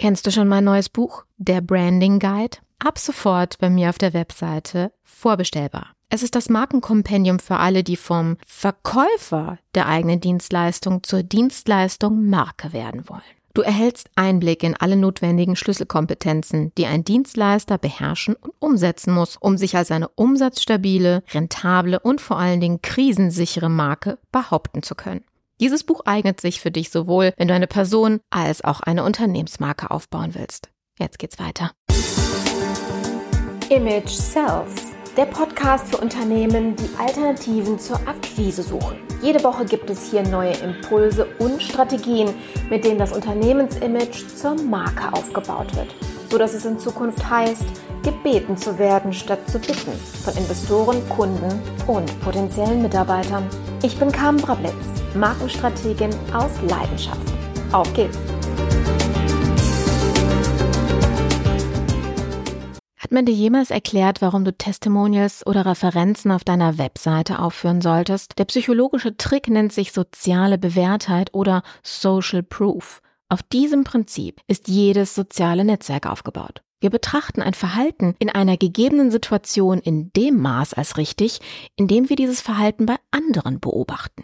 Kennst du schon mein neues Buch, der Branding Guide? Ab sofort bei mir auf der Webseite vorbestellbar. Es ist das Markenkompendium für alle, die vom Verkäufer der eigenen Dienstleistung zur Dienstleistung Marke werden wollen. Du erhältst Einblick in alle notwendigen Schlüsselkompetenzen, die ein Dienstleister beherrschen und umsetzen muss, um sich als eine umsatzstabile, rentable und vor allen Dingen krisensichere Marke behaupten zu können. Dieses Buch eignet sich für dich sowohl, wenn du eine Person als auch eine Unternehmensmarke aufbauen willst. Jetzt geht's weiter. Image Sells, der Podcast für Unternehmen, die Alternativen zur Akquise suchen. Jede Woche gibt es hier neue Impulse und Strategien, mit denen das Unternehmensimage zur Marke aufgebaut wird, sodass es in Zukunft heißt, gebeten zu werden statt zu bitten von Investoren, Kunden und potenziellen Mitarbeitern. Ich bin Carmen Brablitz, Markenstrategin aus Leidenschaft. Auf geht's! Hat man dir jemals erklärt, warum du Testimonials oder Referenzen auf deiner Webseite aufführen solltest? Der psychologische Trick nennt sich soziale Bewährtheit oder Social Proof. Auf diesem Prinzip ist jedes soziale Netzwerk aufgebaut. Wir betrachten ein Verhalten in einer gegebenen Situation in dem Maß als richtig, in dem wir dieses Verhalten bei anderen beobachten.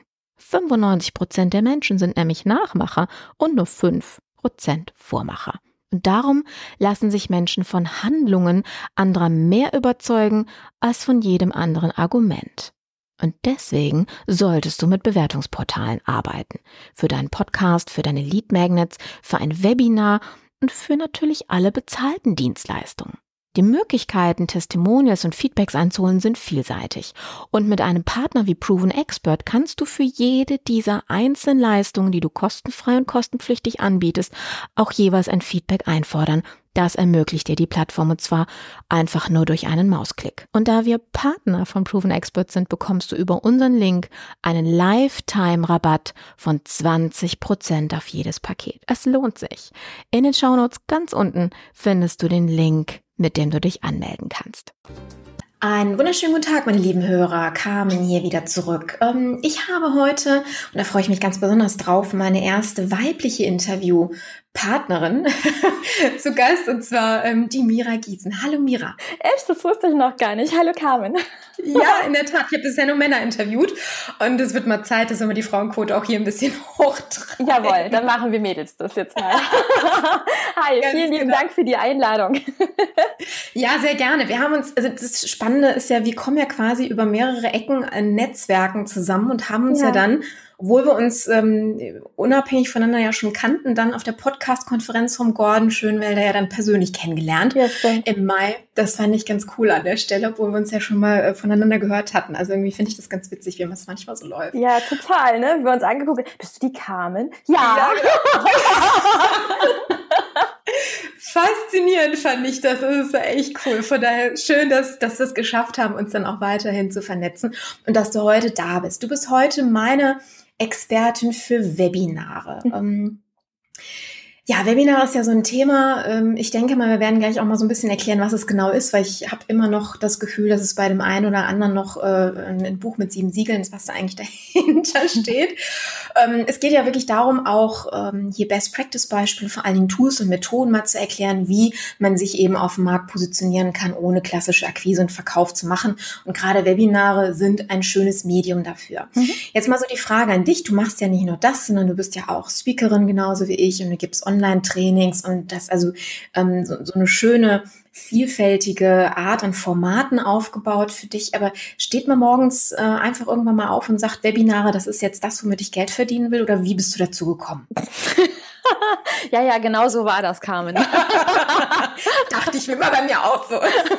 95% der Menschen sind nämlich Nachmacher und nur 5% Vormacher. Und darum lassen sich Menschen von Handlungen anderer mehr überzeugen als von jedem anderen Argument. Und deswegen solltest du mit Bewertungsportalen arbeiten. Für deinen Podcast, für deine Lead Magnets, für ein Webinar und für natürlich alle bezahlten Dienstleistungen. Die Möglichkeiten, Testimonials und Feedbacks einzuholen, sind vielseitig. Und mit einem Partner wie Proven Expert kannst du für jede dieser einzelnen Leistungen, die du kostenfrei und kostenpflichtig anbietest, auch jeweils ein Feedback einfordern. Das ermöglicht dir die Plattform und zwar einfach nur durch einen Mausklick. Und da wir Partner von Proven Expert sind, bekommst du über unseren Link einen Lifetime-Rabatt von 20% auf jedes Paket. Es lohnt sich. In den Shownotes ganz unten findest du den Link, mit dem du dich anmelden kannst. Einen wunderschönen guten Tag, meine lieben Hörer. Carmen hier wieder zurück. Ich habe heute, und da freue ich mich ganz besonders drauf, meine erste weibliche Interviewpartnerin zu Gast, und zwar die Mira Giesen. Hallo Mira. Echt? Das wusste ich noch gar nicht. Hallo Carmen. Ja, in der Tat. Ich habe bisher nur Männer interviewt und es wird mal Zeit, dass wir die Frauenquote auch hier ein bisschen hochtreiben. Jawohl, dann machen wir Mädels das jetzt mal. Hi, ganz vielen lieben Dank für die Einladung. Ja, sehr gerne. Wir haben uns, also das Spannende ist ja, wir kommen ja quasi über mehrere Ecken an Netzwerken zusammen und haben uns ja dann, obwohl wir uns unabhängig voneinander ja schon kannten, dann auf der Podcast-Konferenz vom Gordon Schönwelder ja dann persönlich kennengelernt. Ja, im Mai. Das fand ich ganz cool an der Stelle, obwohl wir uns ja schon mal voneinander gehört hatten. Also irgendwie finde ich das ganz witzig, wie es manchmal so läuft. Ja, total, ne? Wie wir uns angeguckt haben. Bist du die Carmen? Ja. Faszinierend fand ich das. Das ist echt cool. Von daher schön, dass wir es geschafft haben, uns dann auch weiterhin zu vernetzen und dass du heute da bist. Du bist heute meine Expertin für Webinare. Ja, Webinar ist ja so ein Thema. Ich denke mal, wir werden gleich auch mal so ein bisschen erklären, was es genau ist, weil ich habe immer noch das Gefühl, dass es bei dem einen oder anderen noch ein Buch mit 7 Siegeln ist, was da eigentlich dahinter steht. Es geht ja wirklich darum, auch hier Best-Practice-Beispiele, vor allen Dingen Tools und Methoden mal zu erklären, wie man sich eben auf dem Markt positionieren kann, ohne klassische Akquise und Verkauf zu machen. Und gerade Webinare sind ein schönes Medium dafür. Jetzt mal so die Frage an dich. Du machst ja nicht nur das, sondern du bist ja auch Speakerin genauso wie ich und du gibst Online-Trainings und das also so eine schöne, vielfältige Art an Formaten aufgebaut für dich. Aber steht man morgens einfach irgendwann mal auf und sagt, Webinare, das ist jetzt das, womit ich Geld verdienen will? Oder wie bist du dazu gekommen? Ja, genau so war das, Carmen. Dachte ich, war bei mir auch so.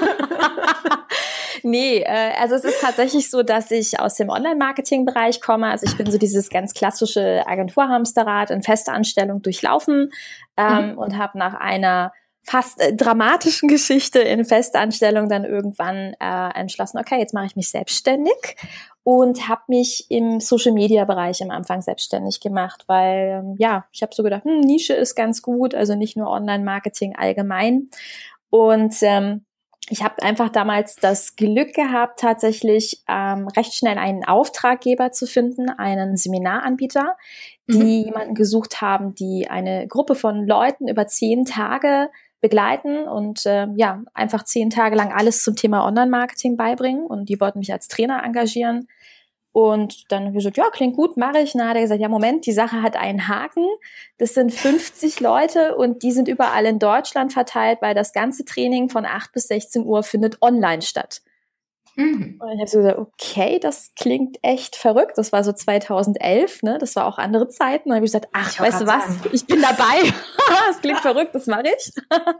Nee, also es ist tatsächlich so, dass ich aus dem Online-Marketing-Bereich komme. Also ich bin so dieses ganz klassische Agenturhamsterrad in Festanstellung durchlaufen und habe nach einer fast dramatischen Geschichte in Festanstellung dann irgendwann entschlossen, okay, jetzt mache ich mich selbstständig und habe mich im Social-Media-Bereich am Anfang selbstständig gemacht, weil ich habe so gedacht, Nische ist ganz gut, also nicht nur Online-Marketing allgemein. Und Ich habe einfach damals das Glück gehabt, tatsächlich recht schnell einen Auftraggeber zu finden, einen Seminaranbieter, die jemanden gesucht haben, die eine Gruppe von Leuten über 10 Tage begleiten und einfach 10 Tage lang alles zum Thema Online-Marketing beibringen. Und die wollten mich als Trainer engagieren. Und dann habe ich gesagt, ja, klingt gut, mache ich. Dann hat er gesagt, ja, Moment, die Sache hat einen Haken. Das sind 50 Leute und die sind überall in Deutschland verteilt, weil das ganze Training von 8 bis 16 Uhr findet online statt. Und ich habe so gesagt, okay, das klingt echt verrückt. Das war so 2011, ne? Das war auch andere Zeiten. Dann habe ich gesagt, ach, weißt du was? Ich bin dabei. Das klingt verrückt, das mache ich.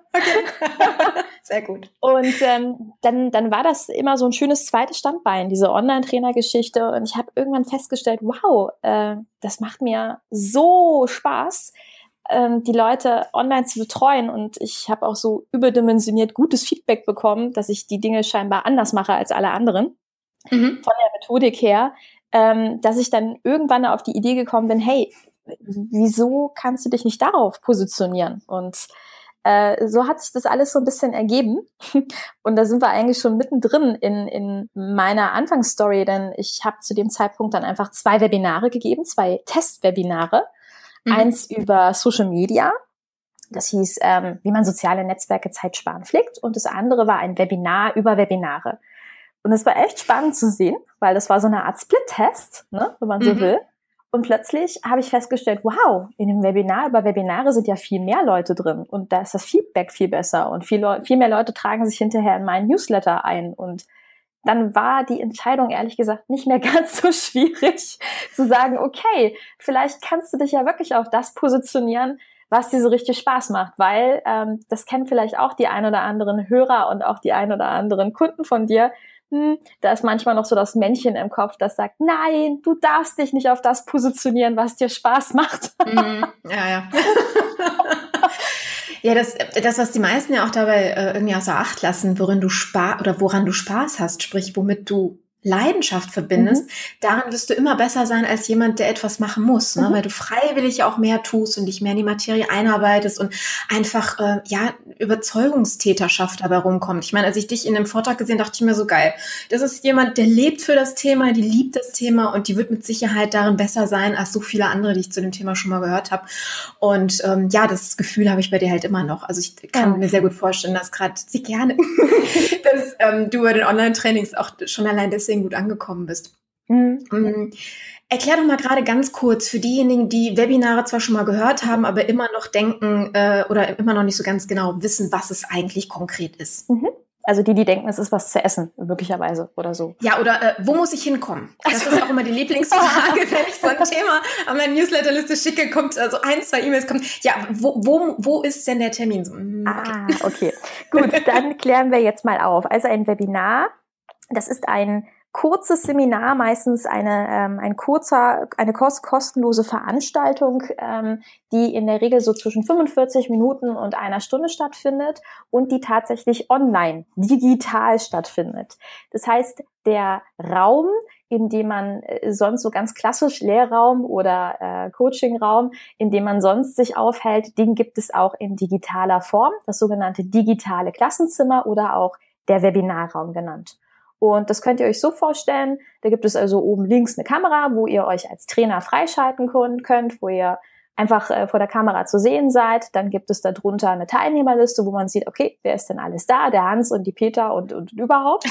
Okay. Sehr gut. Und dann war das immer so ein schönes zweites Standbein, diese Online-Trainer-Geschichte. Und ich habe irgendwann festgestellt, wow, das macht mir so Spaß, die Leute online zu betreuen. Und ich habe auch so überdimensioniert gutes Feedback bekommen, dass ich die Dinge scheinbar anders mache als alle anderen, von der Methodik her, dass ich dann irgendwann auf die Idee gekommen bin, hey, wieso kannst du dich nicht darauf positionieren? Und so hat sich das alles so ein bisschen ergeben. Und da sind wir eigentlich schon mittendrin in meiner Anfangsstory, denn ich habe zu dem Zeitpunkt dann einfach 2 Webinare gegeben, 2 Testwebinare. Eins über Social Media, das hieß, wie man soziale Netzwerke zeitsparend pflegt. Und das andere war ein Webinar über Webinare. Und es war echt spannend zu sehen, weil das war so eine Art Split-Test, ne, wenn man so will. Und plötzlich habe ich festgestellt, wow, in dem Webinar über Webinare sind ja viel mehr Leute drin. Und da ist das Feedback viel besser. Und viel mehr Leute tragen sich hinterher in meinen Newsletter ein. Und dann war die Entscheidung, ehrlich gesagt, nicht mehr ganz so schwierig, zu sagen, okay, vielleicht kannst du dich ja wirklich auf das positionieren, was dir so richtig Spaß macht, weil das kennen vielleicht auch die ein oder anderen Hörer und auch die ein oder anderen Kunden von dir. Da ist manchmal noch so das Männchen im Kopf, das sagt, nein, du darfst dich nicht auf das positionieren, was dir Spaß macht. Ja. Ja, das, was die meisten ja auch dabei irgendwie außer Acht lassen, woran du Spaß hast, sprich, womit du Leidenschaft verbindest, darin wirst du immer besser sein als jemand, der etwas machen muss, ne? Weil du freiwillig auch mehr tust und dich mehr in die Materie einarbeitest und einfach Überzeugungstäterschaft dabei rumkommt. Ich meine, als ich dich in dem Vortrag gesehen, dachte ich mir so, geil, das ist jemand, der lebt für das Thema, die liebt das Thema und die wird mit Sicherheit darin besser sein als so viele andere, die ich zu dem Thema schon mal gehört habe. Und das Gefühl habe ich bei dir halt immer noch. Also ich kann mir sehr gut vorstellen, dass gerade sehr gerne, dass du bei den Online-Trainings auch schon allein deswegen gut angekommen bist. Erklär doch mal gerade ganz kurz für diejenigen, die Webinare zwar schon mal gehört haben, aber immer noch denken oder immer noch nicht so ganz genau wissen, was es eigentlich konkret ist. Also die denken, es ist was zu essen, möglicherweise oder so. Ja, oder wo muss ich hinkommen? Das ist auch immer die Lieblingsfrage, wenn ich so ein Thema an meine Newsletterliste schicke, kommt also 1, 2 E-Mails, kommt, ja, wo ist denn der Termin? Okay. Gut, dann klären wir jetzt mal auf. Also ein Webinar, das ist ein kurzes Seminar, meistens eine kostenlose Veranstaltung, die in der Regel so zwischen 45 Minuten und 1 Stunde stattfindet und die tatsächlich online, digital stattfindet. Das heißt, der Raum, in dem man sonst so ganz klassisch Lehrraum oder Coachingraum, in dem man sonst sich aufhält, den gibt es auch in digitaler Form, das sogenannte digitale Klassenzimmer oder auch der Webinarraum genannt. Und das könnt ihr euch so vorstellen, da gibt es also oben links eine Kamera, wo ihr euch als Trainer freischalten könnt, wo ihr einfach vor der Kamera zu sehen seid. Dann gibt es da drunter eine Teilnehmerliste, wo man sieht, okay, wer ist denn alles da? Der Hans und die Peter und überhaupt.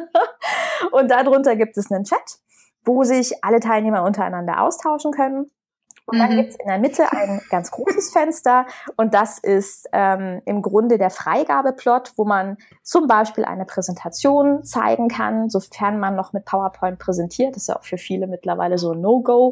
Und darunter gibt es einen Chat, wo sich alle Teilnehmer untereinander austauschen können. Und dann gibt es in der Mitte ein ganz großes Fenster und das ist im Grunde der Freigabeplot, wo man zum Beispiel eine Präsentation zeigen kann, sofern man noch mit PowerPoint präsentiert. Das ist ja auch für viele mittlerweile so ein No-Go.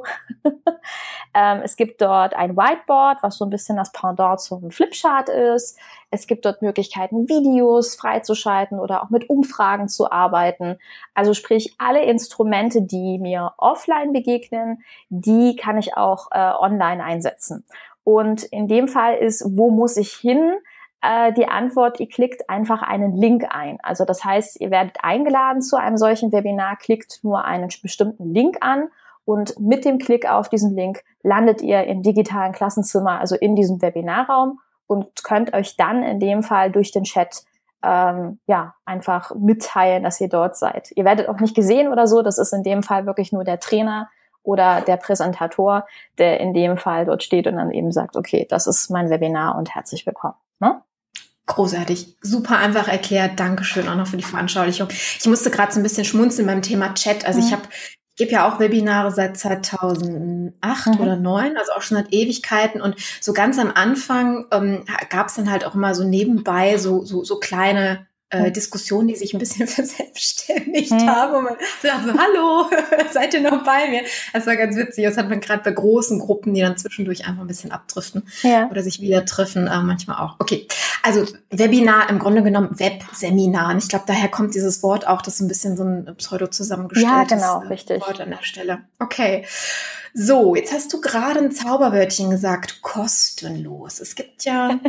Es gibt dort ein Whiteboard, was so ein bisschen das Pendant zum Flipchart ist. Es gibt dort Möglichkeiten, Videos freizuschalten oder auch mit Umfragen zu arbeiten. Also sprich, alle Instrumente, die mir offline begegnen, die kann ich auch online einsetzen. Und in dem Fall ist, wo muss ich hin? Die Antwort, ihr klickt einfach einen Link ein. Also das heißt, ihr werdet eingeladen zu einem solchen Webinar, klickt nur einen bestimmten Link an und mit dem Klick auf diesen Link landet ihr im digitalen Klassenzimmer, also in diesem Webinarraum und könnt euch dann in dem Fall durch den Chat einfach mitteilen, dass ihr dort seid. Ihr werdet auch nicht gesehen oder so, das ist in dem Fall wirklich nur der Trainer oder der Präsentator, der in dem Fall dort steht und dann eben sagt, okay, das ist mein Webinar und herzlich willkommen. Ne? Großartig, super einfach erklärt. Dankeschön auch noch für die Veranschaulichung. Ich musste gerade so ein bisschen schmunzeln beim Thema Chat. Also ich gebe ja auch Webinare seit 2008 oder 2009, also auch schon seit Ewigkeiten. Und so ganz am Anfang gab es dann halt auch immer so nebenbei so kleine Diskussionen, die sich ein bisschen verselbstständigt haben. Und man sagt so, hallo, seid ihr noch bei mir? Das war ganz witzig. Das hat man gerade bei großen Gruppen, die dann zwischendurch einfach ein bisschen abdriften oder sich wieder treffen, manchmal auch. Okay, also Webinar, im Grunde genommen Webseminar. Und ich glaube, daher kommt dieses Wort auch, das ist ein bisschen so ein pseudo-zusammengestelltes richtig. Wort an der Stelle. Okay, so, jetzt hast du gerade ein Zauberwörtchen gesagt, kostenlos. Es gibt ja...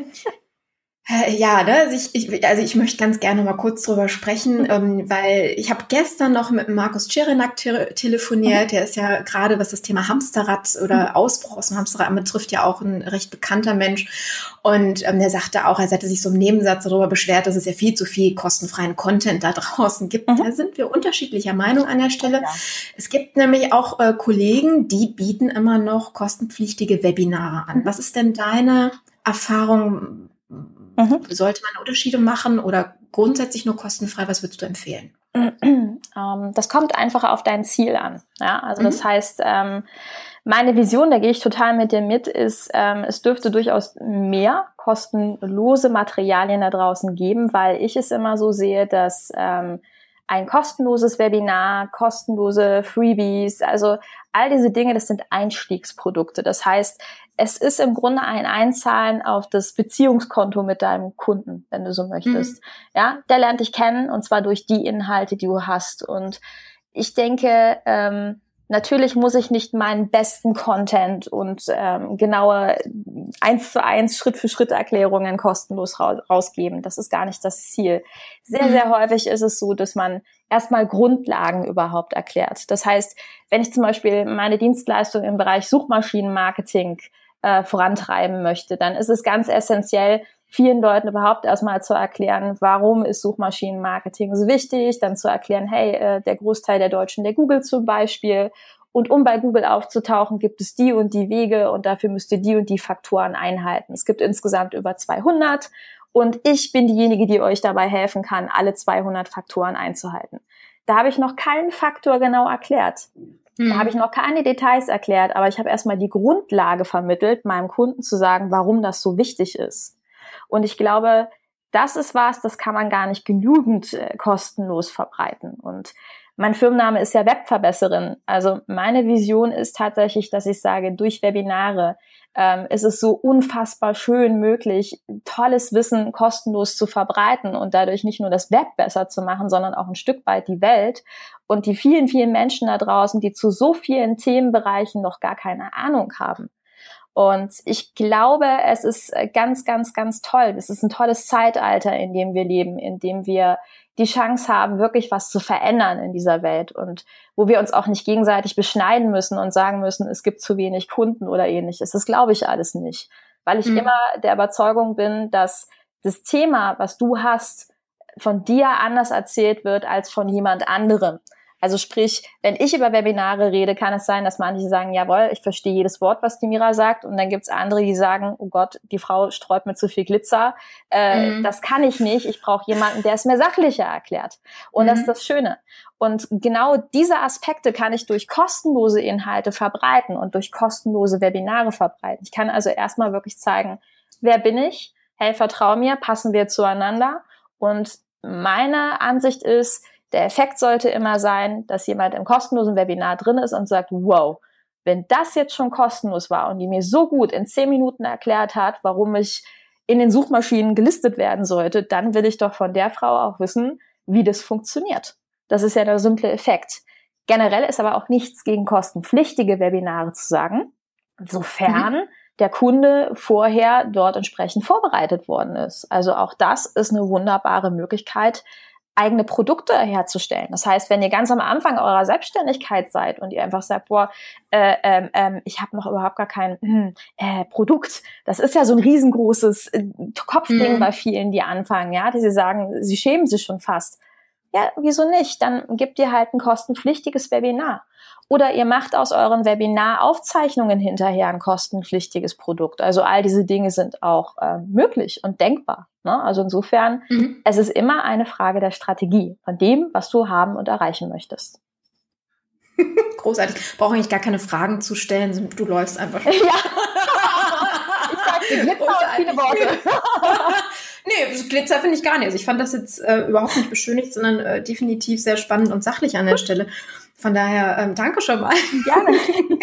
Ja, ne? Also ich möchte ganz gerne mal kurz drüber sprechen, weil ich habe gestern noch mit Markus Czerenak telefoniert. Der ist ja gerade, was das Thema Hamsterrad oder Ausbruch aus dem Hamsterrad betrifft, ja auch ein recht bekannter Mensch. Und der sagte auch, er hätte sich so im Nebensatz darüber beschwert, dass es ja viel zu viel kostenfreien Content da draußen gibt. Da sind wir unterschiedlicher Meinung an der Stelle. Ja. Es gibt nämlich auch Kollegen, die bieten immer noch kostenpflichtige Webinare an. Was ist denn deine Erfahrung? Sollte man Unterschiede machen oder grundsätzlich nur kostenfrei? Was würdest du empfehlen? Das kommt einfach auf dein Ziel an. Ja? Also das heißt, meine Vision, da gehe ich total mit dir mit, ist, es dürfte durchaus mehr kostenlose Materialien da draußen geben, weil ich es immer so sehe, dass ein kostenloses Webinar, kostenlose Freebies, also all diese Dinge, das sind Einstiegsprodukte. Das heißt, es ist im Grunde ein Einzahlen auf das Beziehungskonto mit deinem Kunden, wenn du so möchtest. Ja, der lernt dich kennen und zwar durch die Inhalte, die du hast. Und ich denke, natürlich muss ich nicht meinen besten Content und genaue 1:1 Schritt-für-Schritt Erklärungen kostenlos rausgeben. Das ist gar nicht das Ziel. Sehr, sehr häufig ist es so, dass man erstmal Grundlagen überhaupt erklärt. Das heißt, wenn ich zum Beispiel meine Dienstleistung im Bereich Suchmaschinenmarketing vorantreiben möchte, dann ist es ganz essentiell, vielen Leuten überhaupt erstmal zu erklären, warum ist Suchmaschinenmarketing so wichtig, dann zu erklären, hey, der Großteil der Deutschen, der googelt zum Beispiel, und um bei Google aufzutauchen, gibt es die und die Wege und dafür müsst ihr die und die Faktoren einhalten. Es gibt insgesamt über 200 und ich bin diejenige, die euch dabei helfen kann, alle 200 Faktoren einzuhalten. Da habe ich noch keinen Faktor genau erklärt. Da habe ich noch keine Details erklärt, aber ich habe erstmal die Grundlage vermittelt, meinem Kunden zu sagen, warum das so wichtig ist. Und ich glaube, das ist was, das kann man gar nicht genügend kostenlos verbreiten. Und mein Firmenname ist ja Webverbesserin. Also meine Vision ist tatsächlich, dass ich sage, durch Webinare ist es so unfassbar schön möglich, tolles Wissen kostenlos zu verbreiten und dadurch nicht nur das Web besser zu machen, sondern auch ein Stück weit die Welt und die vielen, vielen Menschen da draußen, die zu so vielen Themenbereichen noch gar keine Ahnung haben. Und ich glaube, es ist ganz, ganz, ganz toll. Es ist ein tolles Zeitalter, in dem wir leben, in dem wir die Chance haben, wirklich was zu verändern in dieser Welt und wo wir uns auch nicht gegenseitig beschneiden müssen und sagen müssen, es gibt zu wenig Kunden oder ähnliches. Das glaube ich alles nicht, weil ich immer der Überzeugung bin, dass das Thema, was du hast, von dir anders erzählt wird als von jemand anderem. Also sprich, wenn ich über Webinare rede, kann es sein, dass manche sagen, jawohl, ich verstehe jedes Wort, was die Mira sagt. Und dann gibt's andere, die sagen, oh Gott, die Frau streut mir zu viel Glitzer. Das kann ich nicht. Ich brauche jemanden, der es mir sachlicher erklärt. Und das ist das Schöne. Und genau diese Aspekte kann ich durch kostenlose Inhalte verbreiten und durch kostenlose Webinare verbreiten. Ich kann also erstmal wirklich zeigen, wer bin ich? Hey, vertrau mir, passen wir zueinander? Und meine Ansicht ist, der Effekt sollte immer sein, dass jemand im kostenlosen Webinar drin ist und sagt, wow, wenn das jetzt schon kostenlos war und die mir so gut in 10 Minuten erklärt hat, warum ich in den Suchmaschinen gelistet werden sollte, dann will ich doch von der Frau auch wissen, wie das funktioniert. Das ist ja der simple Effekt. Generell ist aber auch nichts gegen kostenpflichtige Webinare zu sagen, sofern der Kunde vorher dort entsprechend vorbereitet worden ist. Also auch das ist eine wunderbare Möglichkeit, eigene Produkte herzustellen. Das heißt, wenn ihr ganz am Anfang eurer Selbstständigkeit seid und ihr einfach sagt, boah, ich habe noch überhaupt gar kein Produkt. Das ist ja so ein riesengroßes Kopfding bei vielen, die anfangen, ja, die sie sagen, sie schämen sich schon fast. Ja, wieso nicht? Dann gebt ihr halt ein kostenpflichtiges Webinar. Oder ihr macht aus euren Webinaraufzeichnungen hinterher ein kostenpflichtiges Produkt. Also all diese Dinge sind auch möglich und denkbar. Ne? Also insofern, es ist immer eine Frage der Strategie, von dem, was du haben und erreichen möchtest. Großartig. Brauche eigentlich gar keine Fragen zu stellen, du läufst einfach. Ja. Ich sag dir Glitzer und viele Worte. Nee, Glitzer finde ich gar nicht. Also ich fand das jetzt überhaupt nicht beschönigt, sondern definitiv sehr spannend und sachlich an der Stelle. Von daher, danke schon mal. Gerne.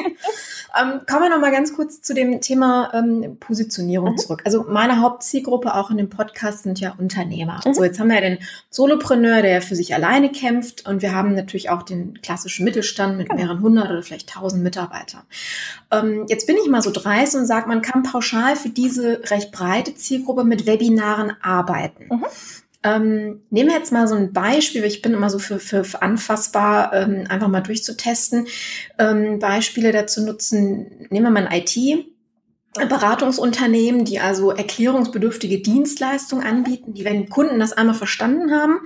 Kommen wir noch mal ganz kurz zu dem Thema Positionierung zurück. Also meine Hauptzielgruppe auch in dem Podcast sind ja Unternehmer. So, jetzt haben wir ja den Solopreneur, der für sich alleine kämpft, und wir haben natürlich auch den klassischen Mittelstand mit mehreren hundert oder vielleicht 1000 Mitarbeitern. Jetzt bin ich mal so dreist und sage, man kann pauschal für diese recht breite Zielgruppe mit Webinaren arbeiten. Nehmen wir jetzt mal so ein Beispiel, weil ich bin immer so für anfassbar, einfach mal durchzutesten, Beispiele dazu nutzen. Nehmen wir mal ein IT-Beratungsunternehmen, die also erklärungsbedürftige Dienstleistungen anbieten, die, wenn Kunden das einmal verstanden haben,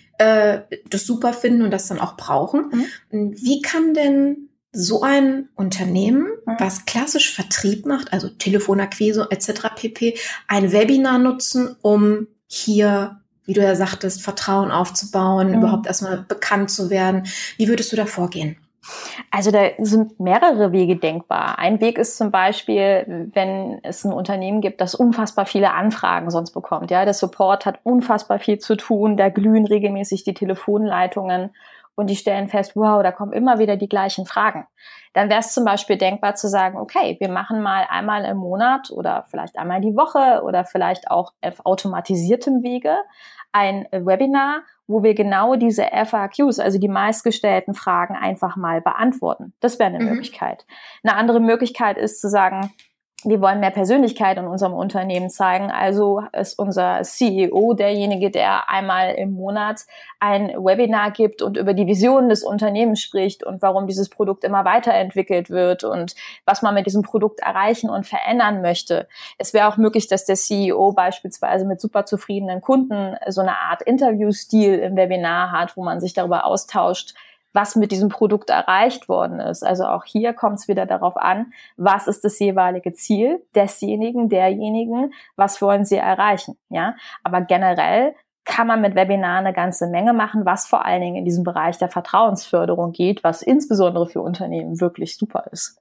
das super finden und das dann auch brauchen. Wie kann denn so ein Unternehmen, was klassisch Vertrieb macht, also Telefonakquise etc. pp., ein Webinar nutzen, um hier, wie du ja sagtest, Vertrauen aufzubauen, überhaupt erstmal bekannt zu werden? Wie würdest du da vorgehen? Also da sind mehrere Wege denkbar. Ein Weg ist zum Beispiel, wenn es ein Unternehmen gibt, das unfassbar viele Anfragen sonst bekommt. Ja, der Support hat unfassbar viel zu tun, da glühen regelmäßig die Telefonleitungen und die stellen fest, wow, da kommen immer wieder die gleichen Fragen. Dann wäre es zum Beispiel denkbar zu sagen, okay, wir machen mal einmal im Monat oder vielleicht einmal die Woche oder vielleicht auch auf automatisiertem Wege ein Webinar, wo wir genau diese FAQs, also die meistgestellten Fragen, einfach mal beantworten. Das wäre eine Möglichkeit. Eine andere Möglichkeit ist zu sagen, wir wollen mehr Persönlichkeit in unserem Unternehmen zeigen. Also ist unser CEO derjenige, der einmal im Monat ein Webinar gibt und über die Vision des Unternehmens spricht und warum dieses Produkt immer weiterentwickelt wird und was man mit diesem Produkt erreichen und verändern möchte. Es wäre auch möglich, dass der CEO beispielsweise mit super zufriedenen Kunden so eine Art Interviewstil im Webinar hat, wo man sich darüber austauscht, was mit diesem Produkt erreicht worden ist. Also auch hier kommt es wieder darauf an, was ist das jeweilige Ziel desjenigen, derjenigen, was wollen sie erreichen, ja? Aber generell kann man mit Webinaren eine ganze Menge machen, was vor allen Dingen in diesem Bereich der Vertrauensförderung geht, was insbesondere für Unternehmen wirklich super ist.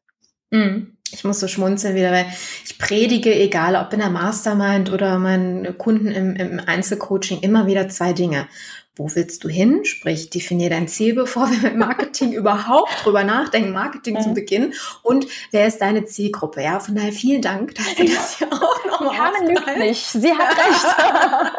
Ich muss so schmunzeln wieder, weil ich predige, egal ob in der Mastermind oder meinen Kunden im Einzelcoaching, immer wieder zwei Dinge. Wo willst du hin? Sprich, definier dein Ziel, bevor wir mit Marketing überhaupt drüber nachdenken, Marketing zu Beginnen. Und wer ist deine Zielgruppe? Ja, von daher vielen Dank, dass Sie das hier auch nochmal Carmen lügt nicht, sie hat recht.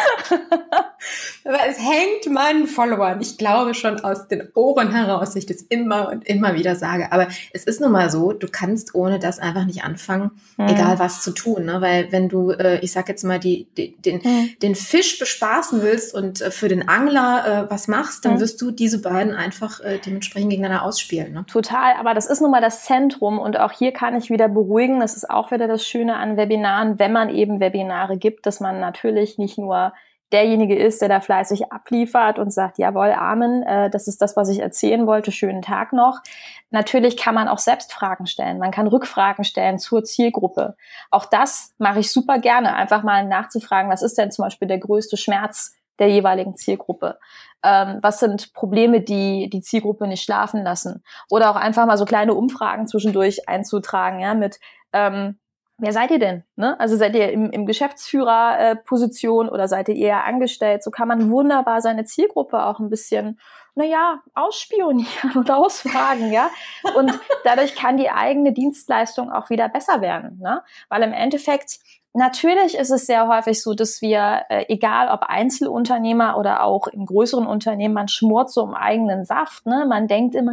Aber es hängt meinen Followern, ich glaube, schon aus den Ohren heraus, ich das immer und immer wieder sage. Aber es ist nun mal so, du kannst ohne das einfach nicht anfangen, egal was zu tun. Ne? Weil wenn du, ich sag jetzt mal, den Fisch bespaßen willst und für den Angler was machst, dann wirst du diese beiden einfach dementsprechend gegeneinander ausspielen. Ne? Total, aber das ist nun mal das Zentrum und auch hier kann ich wieder beruhigen, das ist auch wieder das Schöne an Webinaren, wenn man eben Webinare gibt, dass man natürlich nicht nur derjenige ist, der da fleißig abliefert und sagt, jawohl, Amen, das ist das, was ich erzählen wollte, schönen Tag noch. Natürlich kann man auch selbst Fragen stellen, man kann Rückfragen stellen zur Zielgruppe. Auch das mache ich super gerne, einfach mal nachzufragen, was ist denn zum Beispiel der größte Schmerz der jeweiligen Zielgruppe? Was sind Probleme, die die Zielgruppe nicht schlafen lassen? Oder auch einfach mal so kleine Umfragen zwischendurch einzutragen, ja, mit wer seid ihr denn? Ne? Also seid ihr im Geschäftsführerposition oder seid ihr eher angestellt? So kann man wunderbar seine Zielgruppe auch ein bisschen, ausspionieren und ausfragen, ja. Und dadurch kann die eigene Dienstleistung auch wieder besser werden, ne? Weil im Endeffekt natürlich ist es sehr häufig so, dass wir, egal ob Einzelunternehmer oder auch im größeren Unternehmen, man schmort so im eigenen Saft, ne? Man denkt immer,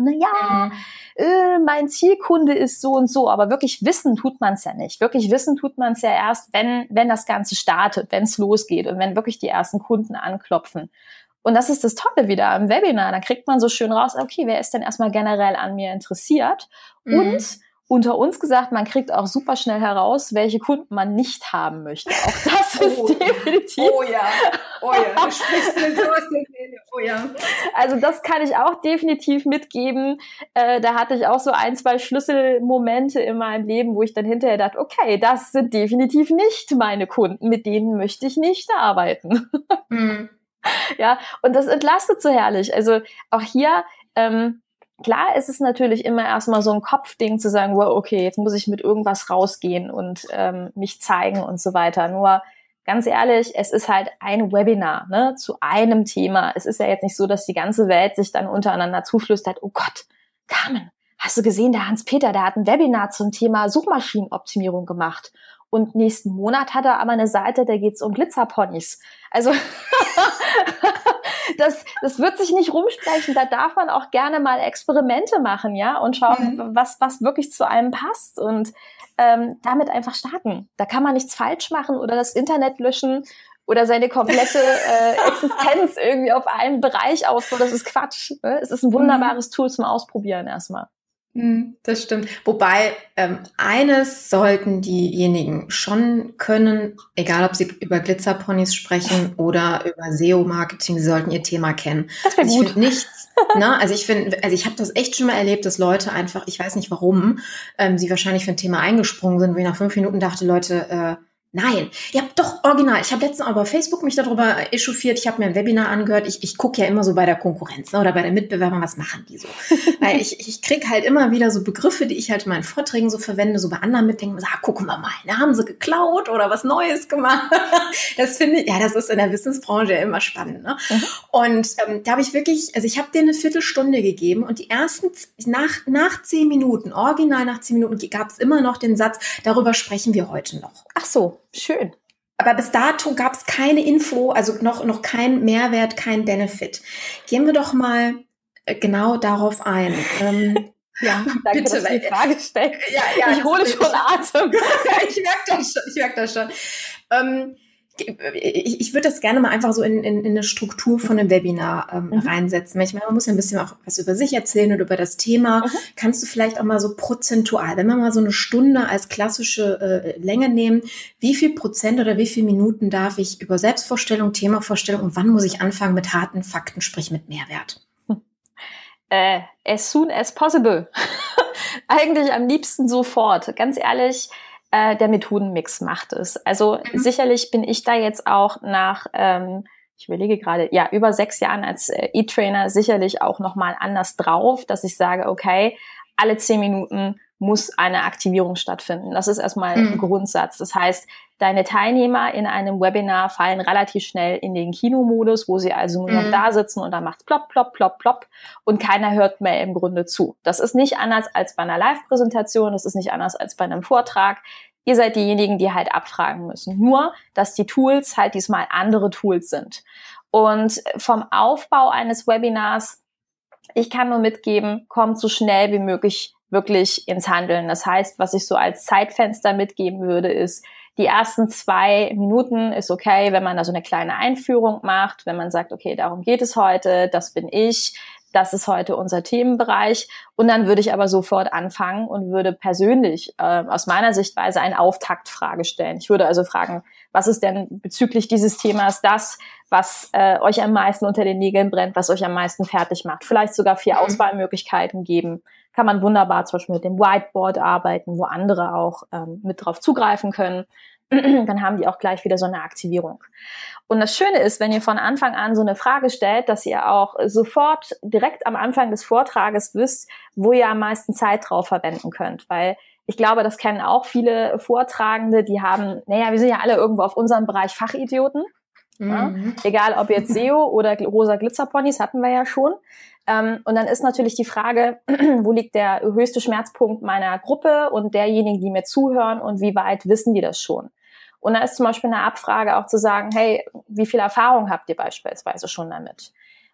mein Zielkunde ist so und so, aber wirklich wissen tut man es ja nicht. Wirklich wissen tut man es ja erst, wenn das Ganze startet, wenn es losgeht und wenn wirklich die ersten Kunden anklopfen. Und das ist das Tolle wieder im Webinar. Da kriegt man so schön raus, okay, wer ist denn erstmal generell an mir interessiert? Und unter uns gesagt, man kriegt auch super schnell heraus, welche Kunden man nicht haben möchte. Auch das ist definitiv. Oh ja, du sprichst mir so aus der Seele. Oh ja. Also das kann ich auch definitiv mitgeben. Da hatte ich auch so 1-2 Schlüsselmomente in meinem Leben, wo ich dann hinterher dachte, okay, das sind definitiv nicht meine Kunden, mit denen möchte ich nicht arbeiten. Ja, und das entlastet so herrlich. Also auch hier, klar ist es natürlich immer erstmal so ein Kopfding zu sagen, wow, okay, jetzt muss ich mit irgendwas rausgehen und mich zeigen und so weiter. Nur ganz ehrlich, es ist halt ein Webinar, ne, zu einem Thema. Es ist ja jetzt nicht so, dass die ganze Welt sich dann untereinander zuflüstert, oh Gott, Carmen, hast du gesehen, der Hans-Peter, der hat ein Webinar zum Thema Suchmaschinenoptimierung gemacht. Und nächsten Monat hat er aber eine Seite, da geht's um Glitzerponys. Also das wird sich nicht rumsprechen. Da darf man auch gerne mal Experimente machen, ja, und schauen, was wirklich zu einem passt und damit einfach starten. Da kann man nichts falsch machen oder das Internet löschen oder seine komplette Existenz irgendwie auf einen Bereich aufbauen. Das ist Quatsch. Ne? Es ist ein wunderbares Tool zum Ausprobieren erstmal. Das stimmt. Wobei, eines sollten diejenigen schon können, egal ob sie über Glitzerponys sprechen oder über SEO-Marketing, sie sollten ihr Thema kennen. Das wäre gut. Ich finde nichts, ne? Also ich habe das echt schon mal erlebt, dass Leute einfach, ich weiß nicht warum, sie wahrscheinlich für ein Thema eingesprungen sind, wo ich nach 5 Minuten dachte, Leute, nein, ja doch, original. Ich habe letztens auch bei Facebook mich darüber echauffiert. Ich habe mir ein Webinar angehört. Ich gucke ja immer so bei der Konkurrenz, ne, oder bei den Mitbewerbern, was machen die so? Weil ich kriege halt immer wieder so Begriffe, die ich halt in meinen Vorträgen so verwende, so bei anderen mitdenken, so, gucken wir mal, ne, haben sie geklaut oder was Neues gemacht? Das finde ich, ja, das ist in der Wissensbranche ja immer spannend. Ne? Und da habe ich wirklich, also ich habe denen eine Viertelstunde gegeben und die ersten, nach 10 Minuten, original nach 10 Minuten, gab es immer noch den Satz, darüber sprechen wir heute noch. Ach so. Schön. Aber bis dato gab es keine Info, also noch kein Mehrwert, kein Benefit. Gehen wir doch mal genau darauf ein. Ja, danke, bitte, dass du die Frage stellst. Ja, ich hole schon Atem. Ich merke das schon. Ich würde das gerne mal einfach so in eine Struktur von einem Webinar reinsetzen. Ich meine, man muss ja ein bisschen auch was über sich erzählen und über das Thema. Kannst du vielleicht auch mal so prozentual, wenn wir mal so eine Stunde als klassische Länge nehmen, wie viel Prozent oder wie viele Minuten darf ich über Selbstvorstellung, Themavorstellung und wann muss ich anfangen mit harten Fakten, sprich mit Mehrwert? As soon as possible. Eigentlich am liebsten sofort. Ganz ehrlich, der Methodenmix macht es. Also sicherlich bin ich da jetzt auch nach, ich überlege gerade, ja, über 6 Jahren als E-Trainer sicherlich auch nochmal anders drauf, dass ich sage, okay, alle 10 Minuten muss eine Aktivierung stattfinden. Das ist erstmal ein Grundsatz. Das heißt, deine Teilnehmer in einem Webinar fallen relativ schnell in den Kinomodus, wo sie also nur noch da sitzen und dann macht's plopp, plopp, plopp, plopp und keiner hört mehr im Grunde zu. Das ist nicht anders als bei einer Live-Präsentation, das ist nicht anders als bei einem Vortrag. Ihr seid diejenigen, die halt abfragen müssen. Nur, dass die Tools halt diesmal andere Tools sind. Und vom Aufbau eines Webinars, ich kann nur mitgeben, kommt so schnell wie möglich wirklich ins Handeln. Das heißt, was ich so als Zeitfenster mitgeben würde, ist, die ersten 2 Minuten ist okay, wenn man da so eine kleine Einführung macht, wenn man sagt, okay, darum geht es heute, das bin ich, das ist heute unser Themenbereich. Und dann würde ich aber sofort anfangen und würde persönlich aus meiner Sichtweise eine Auftaktfrage stellen. Ich würde also fragen, was ist denn bezüglich dieses Themas das, was euch am meisten unter den Nägeln brennt, was euch am meisten fertig macht? Vielleicht sogar 4 Auswahlmöglichkeiten geben. Kann man wunderbar zum Beispiel mit dem Whiteboard arbeiten, wo andere auch mit drauf zugreifen können. Dann haben die auch gleich wieder so eine Aktivierung. Und das Schöne ist, wenn ihr von Anfang an so eine Frage stellt, dass ihr auch sofort direkt am Anfang des Vortrages wisst, wo ihr am meisten Zeit drauf verwenden könnt. Weil ich glaube, das kennen auch viele Vortragende, die haben, wir sind ja alle irgendwo auf unserem Bereich Fachidioten. Ja? Egal ob jetzt SEO oder rosa Glitzerponys, hatten wir ja schon. Und dann ist natürlich die Frage, wo liegt der höchste Schmerzpunkt meiner Gruppe und derjenigen, die mir zuhören und wie weit wissen die das schon? Und da ist zum Beispiel eine Abfrage auch zu sagen, hey, wie viel Erfahrung habt ihr beispielsweise schon damit?